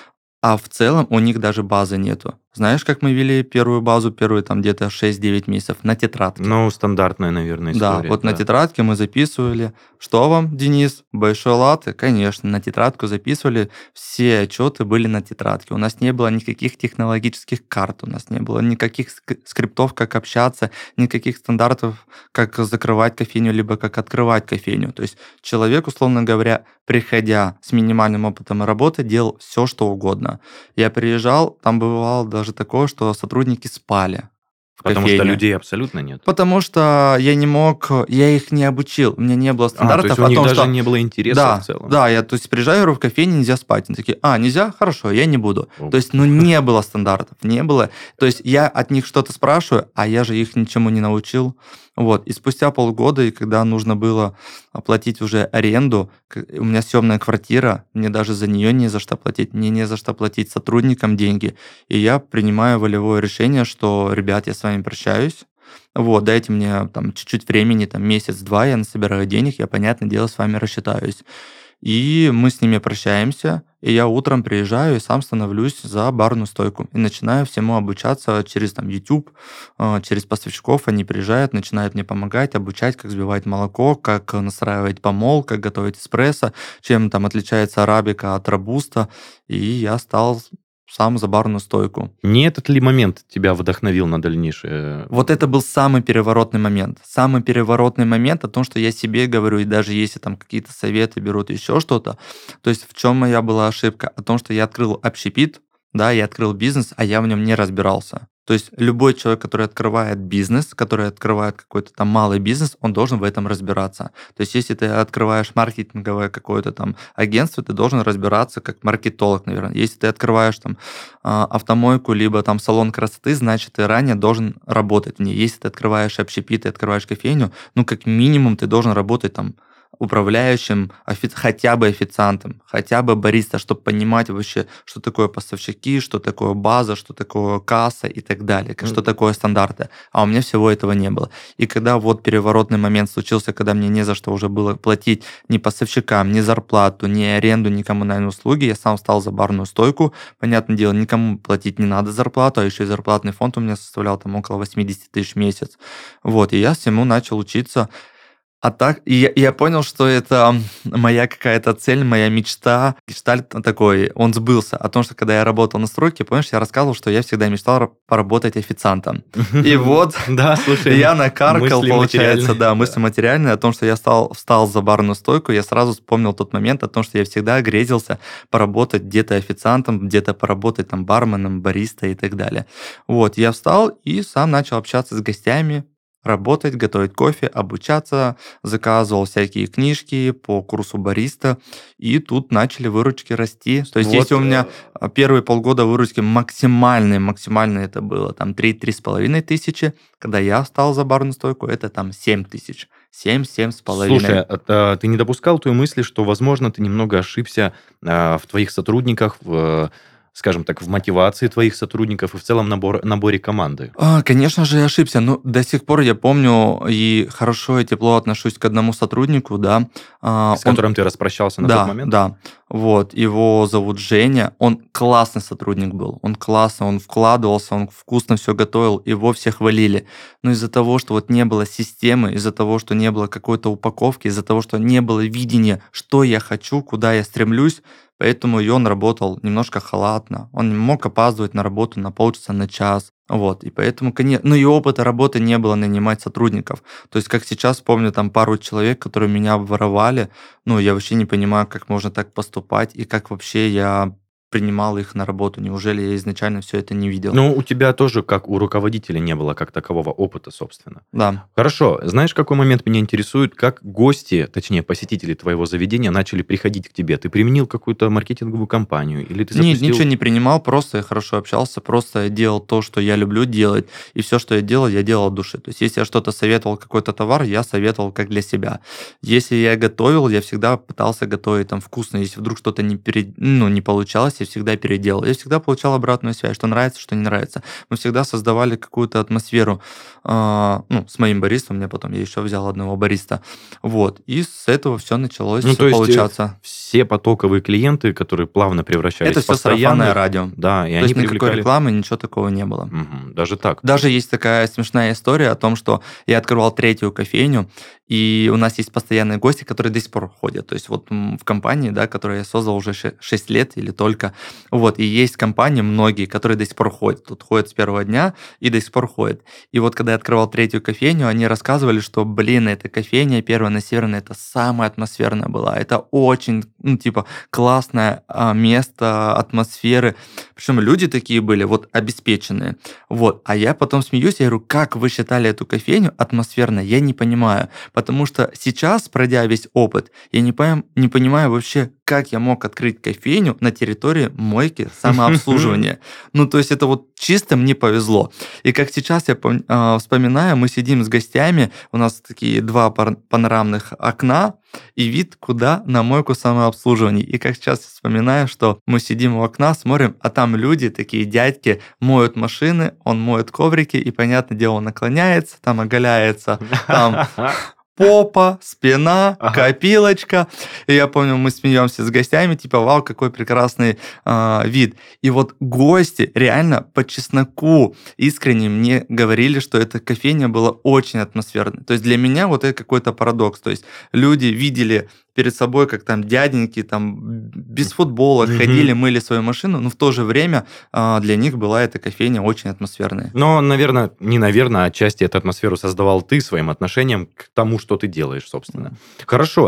Speaker 2: а в целом у них даже базы нету. Знаешь, как мы вели первую базу, первые там где-то 6-9 месяцев? На тетрадке.
Speaker 1: Ну, стандартная, наверное,
Speaker 2: Да,
Speaker 1: история.
Speaker 2: вот на
Speaker 1: Да.
Speaker 2: тетрадке мы записывали. Что вам, Денис? Большой латте? Конечно, на тетрадку записывали. Все отчеты были на тетрадке. У нас не было никаких технологических карт, у нас не было никаких скриптов, как общаться, никаких стандартов, как закрывать кофейню, либо как открывать кофейню. То есть человек, условно говоря, приходя с минимальным опытом работы, делал все, что угодно. Я приезжал, там бывало даже такое, что сотрудники спали в
Speaker 1: Потому что
Speaker 2: кофейне.
Speaker 1: людей абсолютно нет.
Speaker 2: Потому что я не мог, я их не обучил, у меня не было
Speaker 1: То
Speaker 2: стандартов
Speaker 1: есть у
Speaker 2: о
Speaker 1: них
Speaker 2: том,
Speaker 1: даже
Speaker 2: что...
Speaker 1: не было интереса
Speaker 2: Да,
Speaker 1: в целом.
Speaker 2: да, я, то есть, приезжаю, говорю, в кофейне нельзя спать. Они такие: нельзя? Хорошо, я не буду.
Speaker 1: О.
Speaker 2: То есть, не было стандартов, не было. То есть, я от них что-то спрашиваю, а я же их ничему не научил. Вот, и спустя полгода, и когда нужно было оплатить уже аренду, у меня съемная квартира, мне даже за нее не за что платить, мне не за что платить сотрудникам деньги. И я принимаю волевое решение, что, ребят, я с вами прощаюсь. Вот, дайте мне там чуть-чуть времени, там месяц-два, я насобираю денег, я, понятное дело, с вами рассчитаюсь. И мы с ними прощаемся, и я утром приезжаю и сам становлюсь за барную стойку. И начинаю всему обучаться через там YouTube, через поставщиков. Они приезжают, начинают мне помогать, обучать, как взбивать молоко, как настраивать помол, как готовить эспрессо, чем там отличается арабика от робуста. И я стал сам за барную стойку.
Speaker 1: Не этот ли момент тебя вдохновил на дальнейшее?
Speaker 2: Вот это был самый переворотный момент. Самый переворотный момент о том, что я себе говорю, и даже если там какие-то советы берут, еще что-то, то есть в чем моя была ошибка? О том, что я открыл общепит, да, я открыл бизнес, а я в нем не разбирался. То есть любой человек, который открывает бизнес, который открывает какой-то там малый бизнес, он должен в этом разбираться. То есть если ты открываешь маркетинговое какое-то там агентство, ты должен разбираться как маркетолог, наверное. Если ты открываешь там автомойку, либо там салон красоты, значит, ты ранее должен работать в ней. Если ты открываешь общепит, ты открываешь кофейню, ну, как минимум, ты должен работать там управляющим, хотя бы официантом, хотя бы бариста, чтобы понимать вообще, что такое поставщики, что такое база, что такое касса и так далее, что такое стандарты. А у меня всего этого не было. И когда вот переворотный момент случился, когда мне не за что уже было платить ни поставщикам, ни зарплату, ни аренду, ни коммунальные услуги, я сам встал за барную стойку. Понятное дело, никому платить не надо зарплату, а еще и зарплатный фонд у меня составлял там около 80 тысяч в месяц. Вот, и я всему начал учиться. А так, и я понял, что это моя какая-то цель, моя мечта, гештальт такой, он сбылся. О том, что когда я работал на стройке, помнишь, я рассказывал, что я всегда мечтал поработать официантом. И вот
Speaker 1: Да, слушай,
Speaker 2: я накаркал,
Speaker 1: мысли
Speaker 2: получается,
Speaker 1: материальные.
Speaker 2: да, мысли материальные о том, что я встал за барную стойку, я сразу вспомнил тот момент о том, что я всегда грезился поработать где-то официантом, где-то поработать там барменом, бариста и так далее. Вот, я встал и сам начал общаться с гостями, работать, готовить кофе, обучаться, заказывал всякие книжки по курсу бариста, и тут начали выручки расти. То есть
Speaker 1: Вот,
Speaker 2: если у меня первые полгода выручки максимальные это было там 3-3,5 тысячи, когда я встал за барную стойку, это там 7 тысяч. 7-7,5.
Speaker 1: Слушай, ты не допускал той мысли, что, возможно, ты немного ошибся в твоих сотрудниках, скажем так, в мотивации твоих сотрудников и в целом наборе команды?
Speaker 2: Конечно же, я ошибся. Но до сих пор я помню и хорошо и тепло отношусь к одному сотруднику, да.
Speaker 1: С которым ты распрощался на тот момент?
Speaker 2: Да. Вот, его зовут Женя. Он классный сотрудник был. Он классный, он вкладывался, он вкусно все готовил, его все хвалили. Но из-за того, что вот не было системы, из-за того, что не было какой-то упаковки, из-за того, что не было видения, что я хочу, куда я стремлюсь, поэтому и он работал немножко халатно. Он мог опаздывать на работу на полчаса, на час. Вот, и поэтому, конечно, ну и опыта работы не было нанимать сотрудников. То есть, как сейчас помню, там пару человек, которые меня обворовали, ну, я вообще не понимаю, как можно так поступать, и как вообще я принимал их на работу. Неужели я изначально все это не видел?
Speaker 1: Ну, у тебя тоже, как у руководителя, не было как такового опыта, собственно.
Speaker 2: Да.
Speaker 1: Хорошо. Знаешь, какой момент меня интересует? Как гости, точнее, посетители твоего заведения начали приходить к тебе? Ты применил какую-то маркетинговую кампанию? Или ты
Speaker 2: Нет, ничего
Speaker 1: запустил...
Speaker 2: не принимал, просто я хорошо общался, просто я делал то, что я люблю делать, и все, что я делал от души. То есть, если я что-то советовал, какой-то товар, я советовал как для себя. Если я готовил, я всегда пытался готовить там вкусно. Если вдруг что-то не получалось, я всегда переделал. Я всегда получал обратную связь, что нравится, что не нравится. Мы всегда создавали какую-то атмосферу, с моим баристом, мне потом я еще взял одного бариста. Вот, и с этого все началось
Speaker 1: Ну, то есть
Speaker 2: получаться.
Speaker 1: все потоковые клиенты, которые плавно превращались
Speaker 2: Это
Speaker 1: в
Speaker 2: все сарафанное
Speaker 1: постоянных,
Speaker 2: радио.
Speaker 1: да, и
Speaker 2: То
Speaker 1: они
Speaker 2: есть никакой
Speaker 1: привлекали...
Speaker 2: рекламы, ничего такого не было.
Speaker 1: Даже так.
Speaker 2: Даже есть такая смешная история о том, что я открывал третью кофейню, и у нас есть постоянные гости, которые до сих пор ходят. То есть вот в компании, да, которую я создал уже 6 лет или только. Вот, и есть компании многие, которые до сих пор ходят. Тут ходят с первого дня и до сих пор ходят. И вот когда я открывал третью кофейню, они рассказывали, что, блин, эта кофейня первая на Северной, это самая атмосферная была. Это очень, классное место, атмосферы. Причем люди такие были, вот, обеспеченные. Вот. А я потом смеюсь, я говорю, как вы считали эту кофейню атмосферной? Я не понимаю. Потому что сейчас, пройдя весь опыт, я не понимаю вообще, как я мог открыть кофейню на территории мойки самообслуживания. Ну, то есть это вот чисто мне повезло. И как сейчас я вспоминаю, мы сидим с гостями, у нас такие два панорамных окна, и вид куда? На мойку самообслуживания. И как сейчас я вспоминаю, что мы сидим у окна, смотрим, а там люди, такие дядьки, моют машины, он моет коврики, и, понятное дело, он наклоняется, там оголяется, там попа, спина,
Speaker 1: Ага.
Speaker 2: копилочка. И я помню, мы смеемся с гостями, типа, вау, какой прекрасный вид. И вот гости реально по чесноку искренне мне говорили, что эта кофейня была очень атмосферной. То есть для меня вот это какой-то парадокс. То есть люди видели перед собой, как там дяденьки там без футболок ходили, мыли свою машину, но в то же время для них была эта кофейня очень атмосферная.
Speaker 1: Но, наверное, не наверное, отчасти эту атмосферу создавал ты своим отношением к тому, что ты делаешь, собственно. Хорошо.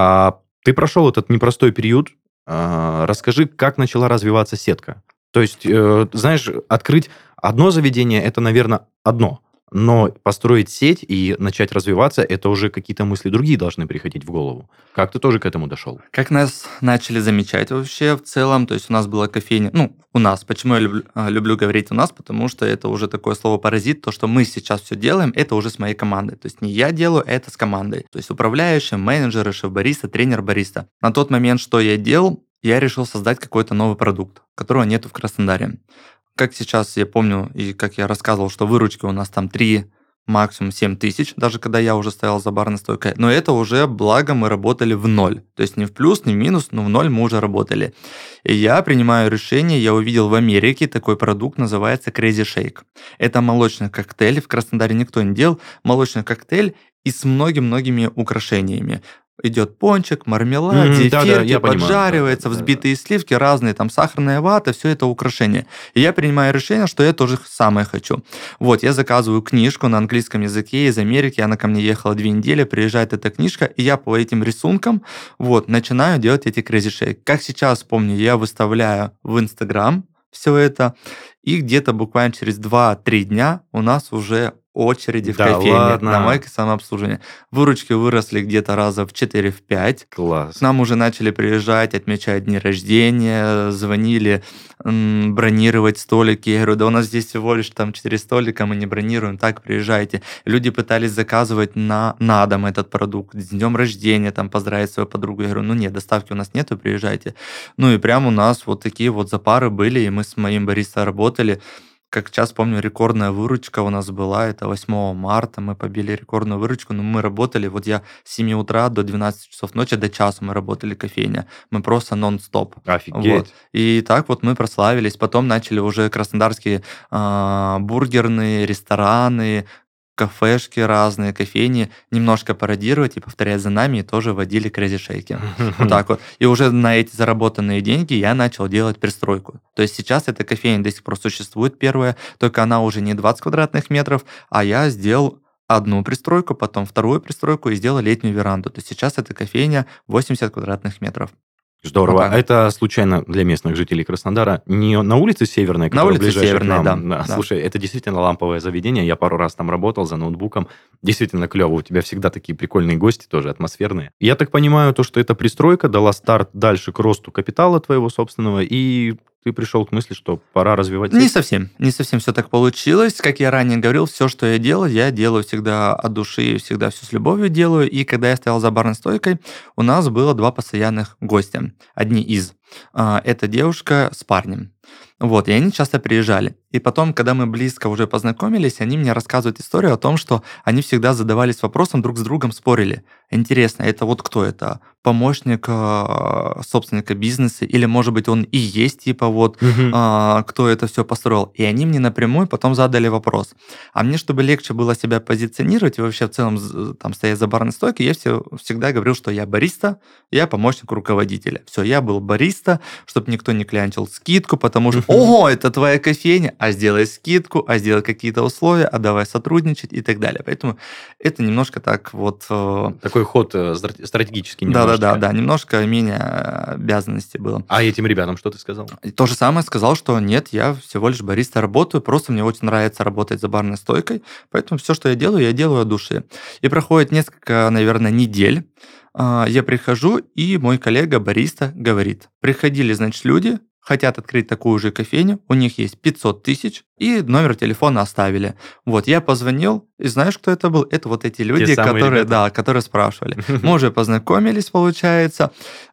Speaker 1: Ты прошел этот непростой период. Расскажи, как начала развиваться сетка. То есть, знаешь, открыть одно заведение – это, наверное, одно. Но построить сеть и начать развиваться – это уже какие-то мысли другие должны приходить в голову. Как ты тоже к этому дошел?
Speaker 2: Как нас начали замечать вообще в целом, то есть у нас была кофейня, у нас, почему я люблю говорить у нас, потому что это уже такое слово паразит, то, что мы сейчас все делаем, это уже с моей командой, то есть не я делаю, это с командой, то есть управляющие, менеджеры, шеф-бариста, тренер-бариста. На тот момент, что я делал, я решил создать какой-то новый продукт, которого нету в Краснодаре. Как сейчас я помню, и как я рассказывал, что выручки у нас там 3, максимум 7 тысяч, даже когда я уже стоял за барной стойкой. Но это уже, благо, мы работали в ноль. То есть не в плюс, не в минус, но в ноль мы уже работали. И я принимаю решение, я увидел в Америке такой продукт, называется Crazy Shake. Это молочный коктейль, в Краснодаре никто не делал, молочный коктейль и с многими-многими украшениями. Идет пончик, мармелад, зефирки, поджаривается, взбитые сливки, разные, там сахарная вата, все это украшения. И я принимаю решение, что я тоже самое хочу. Вот, я заказываю книжку на английском языке из Америки, она ко мне ехала 2 недели, приезжает эта книжка, и я по этим рисункам, вот, начинаю делать эти Crazy Shake. Как сейчас помню, я выставляю в Инстаграм все это, и где-то буквально через 2-3 дня у нас уже очереди в кофейне на мойке самообслуживания. Выручки выросли где-то раза в 4-5.
Speaker 1: Класс.
Speaker 2: К нам уже начали приезжать, отмечать дни рождения, звонили, бронировать столики. Я говорю, да у нас здесь всего лишь там 4 столика, мы не бронируем, так, приезжайте. Люди пытались заказывать на дом этот продукт, с днем рождения, там, поздравить свою подругу. Я говорю, нет, доставки у нас нету, приезжайте. И прям у нас вот такие вот запары были, и мы с моим бариста работали. Как сейчас помню, рекордная выручка у нас была, это 8 марта, мы побили рекордную выручку, но мы работали, вот я с 7 утра до 12 часов ночи, до часу мы работали кофейня, мы просто нон-стоп.
Speaker 1: Офигеть.
Speaker 2: Вот. И так вот мы прославились, потом начали уже краснодарские бургерные, рестораны, кафешки разные, кофейни немножко пародировать и повторять за нами, и тоже водили crazy-шейки. Вот так вот. И уже на эти заработанные деньги я начал делать пристройку. То есть сейчас эта кофейня до сих пор существует, первая, только она уже не 20 квадратных метров, а я сделал одну пристройку, потом вторую пристройку и сделал летнюю веранду. То есть сейчас эта кофейня 80 квадратных метров.
Speaker 1: Здорово.
Speaker 2: Вот
Speaker 1: А это случайно для местных жителей Краснодара не на улице Северной,
Speaker 2: на
Speaker 1: которая
Speaker 2: улице
Speaker 1: ближайшая
Speaker 2: Северной,
Speaker 1: к нам?
Speaker 2: да.
Speaker 1: Слушай, это действительно ламповое заведение. Я пару раз там работал за ноутбуком. Действительно клево. У тебя всегда такие прикольные гости, тоже атмосферные. Я так понимаю, то, что эта пристройка дала старт дальше к росту капитала твоего собственного, и ты пришел к мысли, что пора развивать
Speaker 2: Не
Speaker 1: сеть?
Speaker 2: совсем все так получилось. Как я ранее говорил, все, что я делаю всегда от души, всегда все с любовью делаю. И когда я стоял за барной стойкой, у нас было два постоянных гостя. Одни из. Это девушка с парнем. Вот, и они часто приезжали. И потом, когда мы близко уже познакомились, они мне рассказывают историю о том, что они всегда задавались вопросом, друг с другом спорили. Интересно, это вот кто это? Помощник собственника бизнеса? Или, может быть, он и есть, типа, вот,
Speaker 1: Мгм.
Speaker 2: кто это все построил? И они мне напрямую потом задали вопрос. А мне, чтобы легче было себя позиционировать и вообще в целом там стоять за барной стойкой, я всегда говорил, что я бариста, я помощник руководителя. Все, я был бариста, чтобы никто не клянчил скидку, потому что, ого, это твоя кофейня, а сделай скидку, а сделай какие-то условия, а давай сотрудничать и так далее. Поэтому это немножко так вот...
Speaker 1: Такой ход стратегический немножечко.
Speaker 2: Да, немножко менее обязанностей было.
Speaker 1: А этим ребятам что ты сказал?
Speaker 2: И то же самое сказал, что нет, я всего лишь бариста работаю, просто мне очень нравится работать за барной стойкой, поэтому все, что я делаю от души. И проходит несколько, наверное, недель, я прихожу, и мой коллега бариста говорит: приходили, значит, люди, хотят открыть такую же кофейню, у них есть 500 тысяч, и номер телефона оставили. Вот, я позвонил, и знаешь, кто это был? Это вот эти люди,
Speaker 1: самые
Speaker 2: которые,
Speaker 1: ребята?
Speaker 2: которые спрашивали. Мы уже познакомились, получается.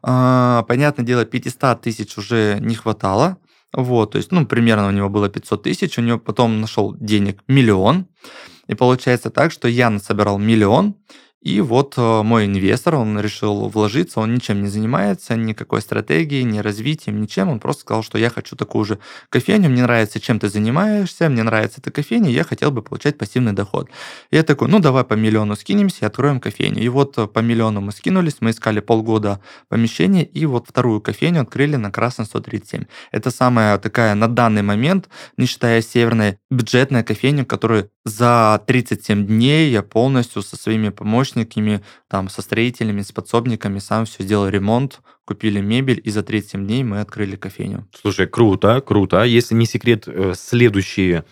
Speaker 2: Понятное дело, 500 тысяч уже не хватало. Вот, то есть, примерно у него было 500 тысяч, у него потом нашел денег 1 000 000. И получается так, что я насобирал 1 000 000, и вот мой инвестор, он решил вложиться, он ничем не занимается, никакой стратегией, ни развитием, ничем. Он просто сказал, что я хочу такую же кофейню, мне нравится, чем ты занимаешься, мне нравится эта кофейня, я хотел бы получать пассивный доход. И я такой, давай по 1 000 000 скинемся и откроем кофейню. И вот по 1 000 000 мы скинулись, мы искали полгода помещение, и вот вторую кофейню открыли на Красной 137. Это самая такая на данный момент, не считая северной, бюджетная кофейня, которую за 37 дней я полностью со своими помощниками, там, со строителями, с подсобниками сам все сделал ремонт, купили мебель, и за 37 дней мы открыли кофейню.
Speaker 1: Слушай, круто, круто. А если не секрет, следующие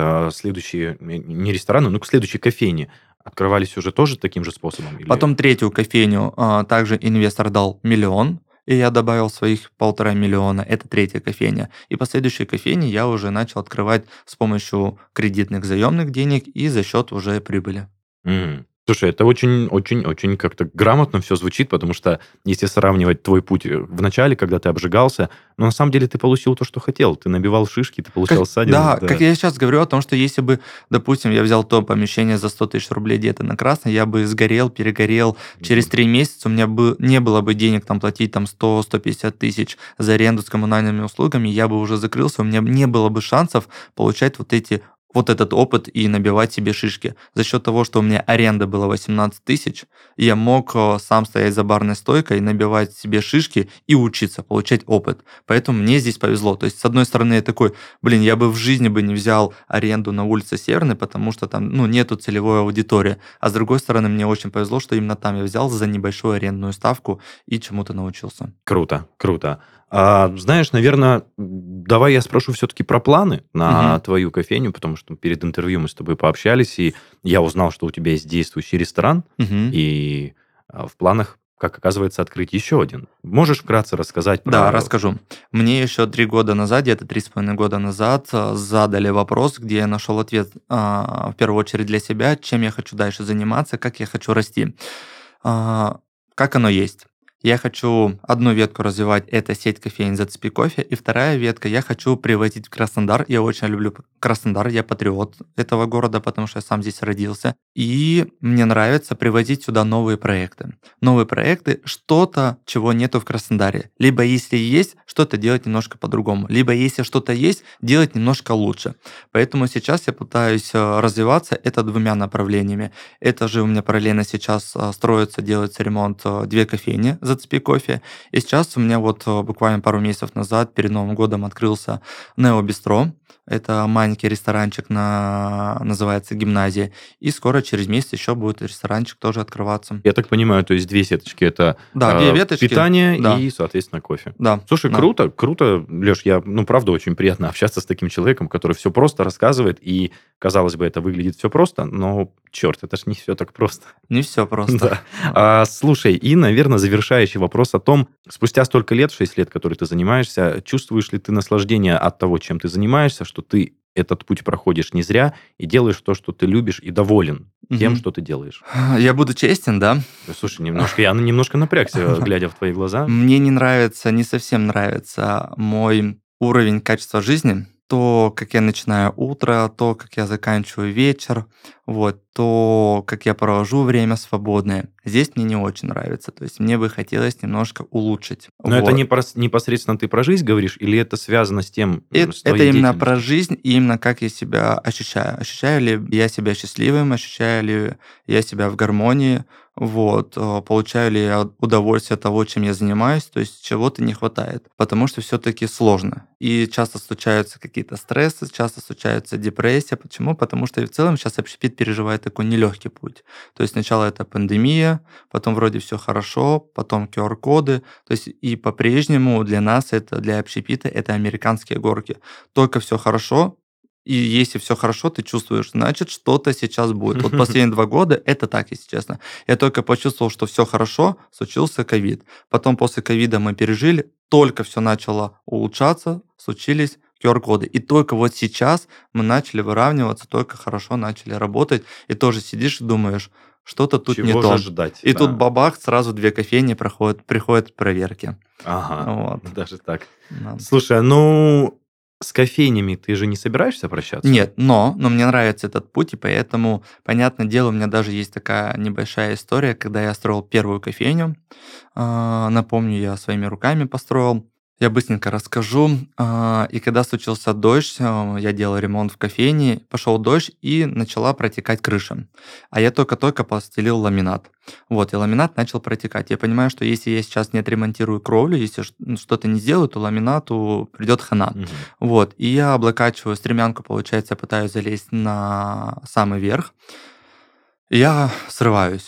Speaker 1: не рестораны, но следующие кофейни открывались уже тоже таким же способом? Или...
Speaker 2: Потом третью кофейню также инвестор дал 1 000 000, и я добавил своих 1,5 миллиона. Это третья кофейня. И последующие кофейни я уже начал открывать с помощью кредитных заемных денег и за счет уже прибыли.
Speaker 1: Мгм. Слушай, это очень как-то грамотно все звучит, потому что если сравнивать твой путь в начале, когда ты обжигался, но на самом деле ты получил то, что хотел. Ты набивал шишки, ты получал ссадины.
Speaker 2: Да, как я сейчас говорю о том, что если бы, допустим, я взял то помещение за 100 тысяч рублей где-то на Красной, я бы сгорел, перегорел. Через 3 месяца у меня бы не было бы денег там платить там 100-150 тысяч за аренду с коммунальными услугами, я бы уже закрылся, у меня не было бы шансов получать вот этот опыт и набивать себе шишки. За счет того, что у меня аренда была 18 тысяч, я мог сам стоять за барной стойкой, набивать себе шишки и учиться, получать опыт. Поэтому мне здесь повезло. То есть, с одной стороны, я такой, я бы в жизни бы не взял аренду на улице Северной, потому что там, нету целевой аудитории. А с другой стороны, мне очень повезло, что именно там я взял за небольшую арендную ставку и чему-то научился.
Speaker 1: Круто, круто. Знаешь, наверное, давай я спрошу все-таки про планы на
Speaker 2: Мгм.
Speaker 1: твою кофейню, потому что перед интервью мы с тобой пообщались, и я узнал, что у тебя есть действующий ресторан,
Speaker 2: Мгм.
Speaker 1: и в планах, как оказывается, открыть еще один. Можешь вкратце рассказать
Speaker 2: Да,
Speaker 1: про...
Speaker 2: расскажу. Мне еще 3 года назад, где-то 3,5 года назад, задали вопрос, где я нашел ответ, в первую очередь для себя, чем я хочу дальше заниматься, как я хочу расти. А, Как оно есть. Я хочу одну ветку развивать, это сеть кофеин «Зацепи кофе», и вторая ветка я хочу привозить в Краснодар. Я очень люблю Краснодар, я патриот этого города, потому что я сам здесь родился. И мне нравится привозить сюда новые проекты. Новые проекты, что-то, чего нету в Краснодаре. Либо если есть, что-то делать немножко по-другому. Либо если что-то есть, делать немножко лучше. Поэтому сейчас я пытаюсь развиваться это двумя направлениями. Это же у меня параллельно сейчас строится, делается ремонт 2 кофейни «Зацепи кофе». И сейчас у меня вот буквально пару месяцев назад, перед Новым годом, открылся Нео Бистро. Это маленький ресторанчик называется «Гимназия». И скоро, через месяц, еще будет ресторанчик тоже открываться.
Speaker 1: Я так понимаю, то есть 2 сеточки- это,
Speaker 2: Да, 2 веточки.
Speaker 1: питание
Speaker 2: Да,
Speaker 1: и, соответственно, кофе.
Speaker 2: да,
Speaker 1: Слушай,
Speaker 2: да.
Speaker 1: круто, круто, Леш, правда, очень приятно общаться с таким человеком, который все просто рассказывает, и, казалось бы, это выглядит все просто, но, черт, это ж не все так просто.
Speaker 2: Не все просто.
Speaker 1: Да. Слушай, и, наверное, завершающий вопрос о том, спустя столько лет, 6 лет, который ты занимаешься, чувствуешь ли ты наслаждение от того, чем ты занимаешься, что ты этот путь проходишь не зря и делаешь то, что ты любишь, и доволен тем,
Speaker 2: Мгм.
Speaker 1: что ты делаешь?
Speaker 2: Я буду честен, да?
Speaker 1: Слушай, я немножко напрягся, глядя в твои глаза.
Speaker 2: Мне не нравится, не совсем нравится мой уровень качества жизни. То, как я начинаю утро, то, как я заканчиваю вечер, вот, то, как я провожу время свободное. Здесь мне не очень нравится. То есть мне бы хотелось немножко улучшить.
Speaker 1: Но это
Speaker 2: Вот.
Speaker 1: непосредственно ты про жизнь говоришь, или это связано с тем, с
Speaker 2: Это
Speaker 1: твоей
Speaker 2: именно про
Speaker 1: деятельностью?
Speaker 2: жизнь и именно как я себя ощущаю. Ощущаю ли я себя счастливым, ощущаю ли я себя в гармонии, вот, получаю ли я удовольствие от того, чем я занимаюсь, то есть чего-то не хватает, потому что все-таки сложно. И часто случаются какие-то стрессы, часто случается депрессия. Почему? Потому что и в целом сейчас общепит переживает такой нелегкий путь. То есть сначала это пандемия, потом вроде все хорошо, потом QR-коды, то есть и по-прежнему для нас это, для общепита, это американские горки. Только все хорошо, и если все хорошо, ты чувствуешь, значит, что-то сейчас будет. Вот последние 2 года это так, если честно. Я только почувствовал, что все хорошо, случился ковид. Потом после ковида мы пережили, только все начало улучшаться, случились QR-коды. И только вот сейчас мы начали выравниваться, только хорошо начали работать. И тоже сидишь и думаешь, что-то тут не
Speaker 1: Чего же
Speaker 2: то.
Speaker 1: ждать,
Speaker 2: И тут
Speaker 1: да.
Speaker 2: бабах, сразу 2 кофейни приходят проверки.
Speaker 1: Ага,
Speaker 2: Вот.
Speaker 1: даже так.
Speaker 2: Да.
Speaker 1: Слушай, с кофейнями ты же не собираешься прощаться?
Speaker 2: Нет, но мне нравится этот путь, и поэтому, понятное дело, у меня даже есть такая небольшая история, когда я строил первую кофейню. Напомню, я своими руками построил. Я быстренько расскажу. И когда случился дождь, я делал ремонт в кофейне, пошел дождь, и начала протекать крыша. А я только-только постелил ламинат. Вот, и ламинат начал протекать. Я понимаю, что если я сейчас не отремонтирую кровлю, если что-то не сделаю, то ламинату придет хана.
Speaker 1: Мгм.
Speaker 2: Вот, и я облокачиваю стремянку, получается, пытаюсь залезть на самый верх. И я срываюсь.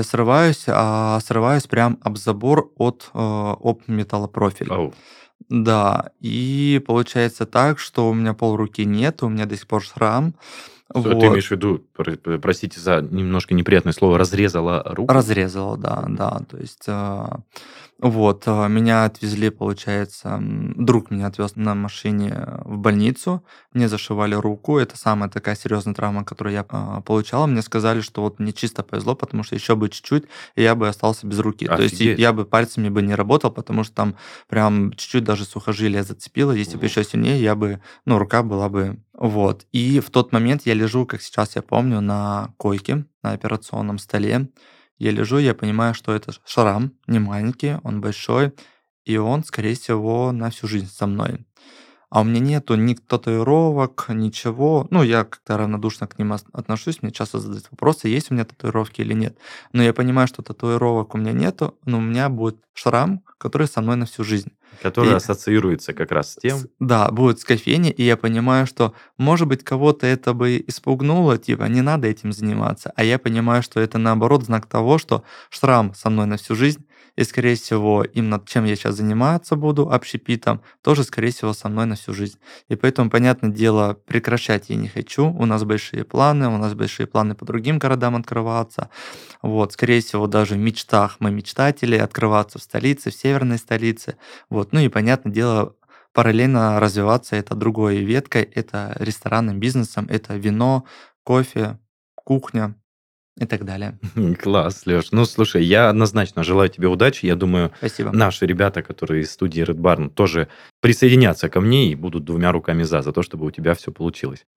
Speaker 2: А срываюсь прям об забор об металлопрофиль.
Speaker 1: Ау.
Speaker 2: Да, и получается так, что у меня полруки нет, у меня до сих пор шрам.
Speaker 1: Ты
Speaker 2: Вот.
Speaker 1: имеешь в виду, простите за немножко неприятное слово, разрезала руку?
Speaker 2: Разрезала, да, да. То есть, вот, меня отвезли, получается, друг меня отвез на машине в больницу, мне зашивали руку. Это самая такая серьезная травма, которую я получал. Мне сказали, что вот мне чисто повезло, потому что еще бы чуть-чуть, и я бы остался без руки. То есть
Speaker 1: Офигеть.
Speaker 2: я бы пальцами бы не работал, потому что там прям чуть-чуть даже сухожилие зацепило. Если бы еще сильнее, я бы, ну, рука была бы... Вот. И в тот момент я лежу, как сейчас я помню, на койке, на операционном столе. Я лежу, я понимаю, что это шрам, не маленький, он большой, и он, скорее всего, на всю жизнь со мной. А у меня нету ни татуировок, ничего. Ну, я как-то равнодушно к ним отношусь, мне часто задают вопросы, есть у меня татуировки или нет. Но я понимаю, что татуировок у меня нету, но у меня будет шрам, который со мной на всю жизнь.
Speaker 1: Который
Speaker 2: И
Speaker 1: ассоциируется как раз с тем.
Speaker 2: да, будет с кофейни, и я понимаю, что, может быть, кого-то это бы испугнуло, типа, не надо этим заниматься. А я понимаю, что это, наоборот, знак того, что шрам со мной на всю жизнь, и, скорее всего, именно чем я сейчас заниматься буду, общепитом, тоже, скорее всего, со мной на всю жизнь. И поэтому, понятное дело, прекращать я не хочу. У нас большие планы по другим городам открываться. Вот, скорее всего, даже в мечтах мы мечтатели открываться в столице, в северной столице. Вот, ну и, понятное дело, параллельно развиваться это другой веткой, это ресторанным бизнесом, это вино, кофе, кухня. и так далее.
Speaker 1: Класс, Леш. Ну, слушай, я однозначно желаю тебе удачи. Я думаю,
Speaker 2: Спасибо.
Speaker 1: наши ребята, которые из студии Red Barn, тоже присоединятся ко мне и будут двумя руками за то, чтобы у тебя все получилось.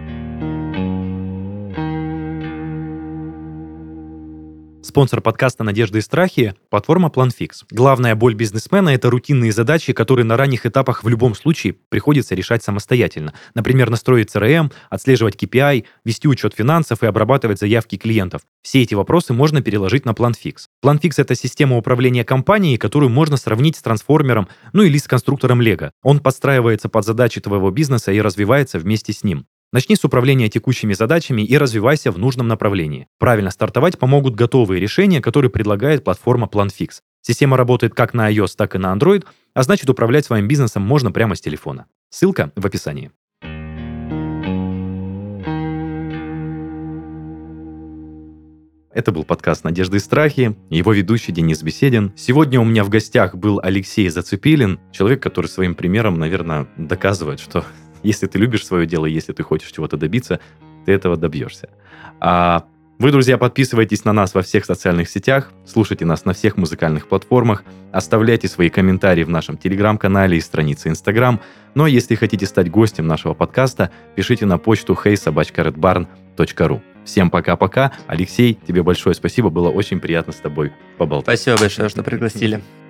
Speaker 1: Спонсор подкаста «Надежды и страхи» – платформа PlanFix. Главная боль бизнесмена – это рутинные задачи, которые на ранних этапах в любом случае приходится решать самостоятельно. Например, настроить CRM, отслеживать KPI, вести учет финансов и обрабатывать заявки клиентов. Все эти вопросы можно переложить на PlanFix. PlanFix – это система управления компанией, которую можно сравнить с трансформером, или с конструктором Lego. Он подстраивается под задачи твоего бизнеса и развивается вместе с ним. Начни с управления текущими задачами и развивайся в нужном направлении. Правильно стартовать помогут готовые решения, которые предлагает платформа PlanFix. Система работает как на iOS, так и на Android, а значит управлять своим бизнесом можно прямо с телефона. Ссылка в описании. Это был подкаст «Надежды и страхи», его ведущий Денис Беседин. Сегодня у меня в гостях был Алексей Зацепилин, человек, который своим примером, наверное, доказывает, что если ты любишь свое дело, если ты хочешь чего-то добиться, ты этого добьешься. А вы, друзья, подписывайтесь на нас во всех социальных сетях, слушайте нас на всех музыкальных платформах, оставляйте свои комментарии в нашем Телеграм-канале и странице Инстаграм. Ну а если хотите стать гостем нашего подкаста, пишите на почту hey@redbarn.ru. Всем пока-пока. Алексей, тебе большое спасибо, было очень приятно с тобой поболтать.
Speaker 2: Спасибо большое, что пригласили.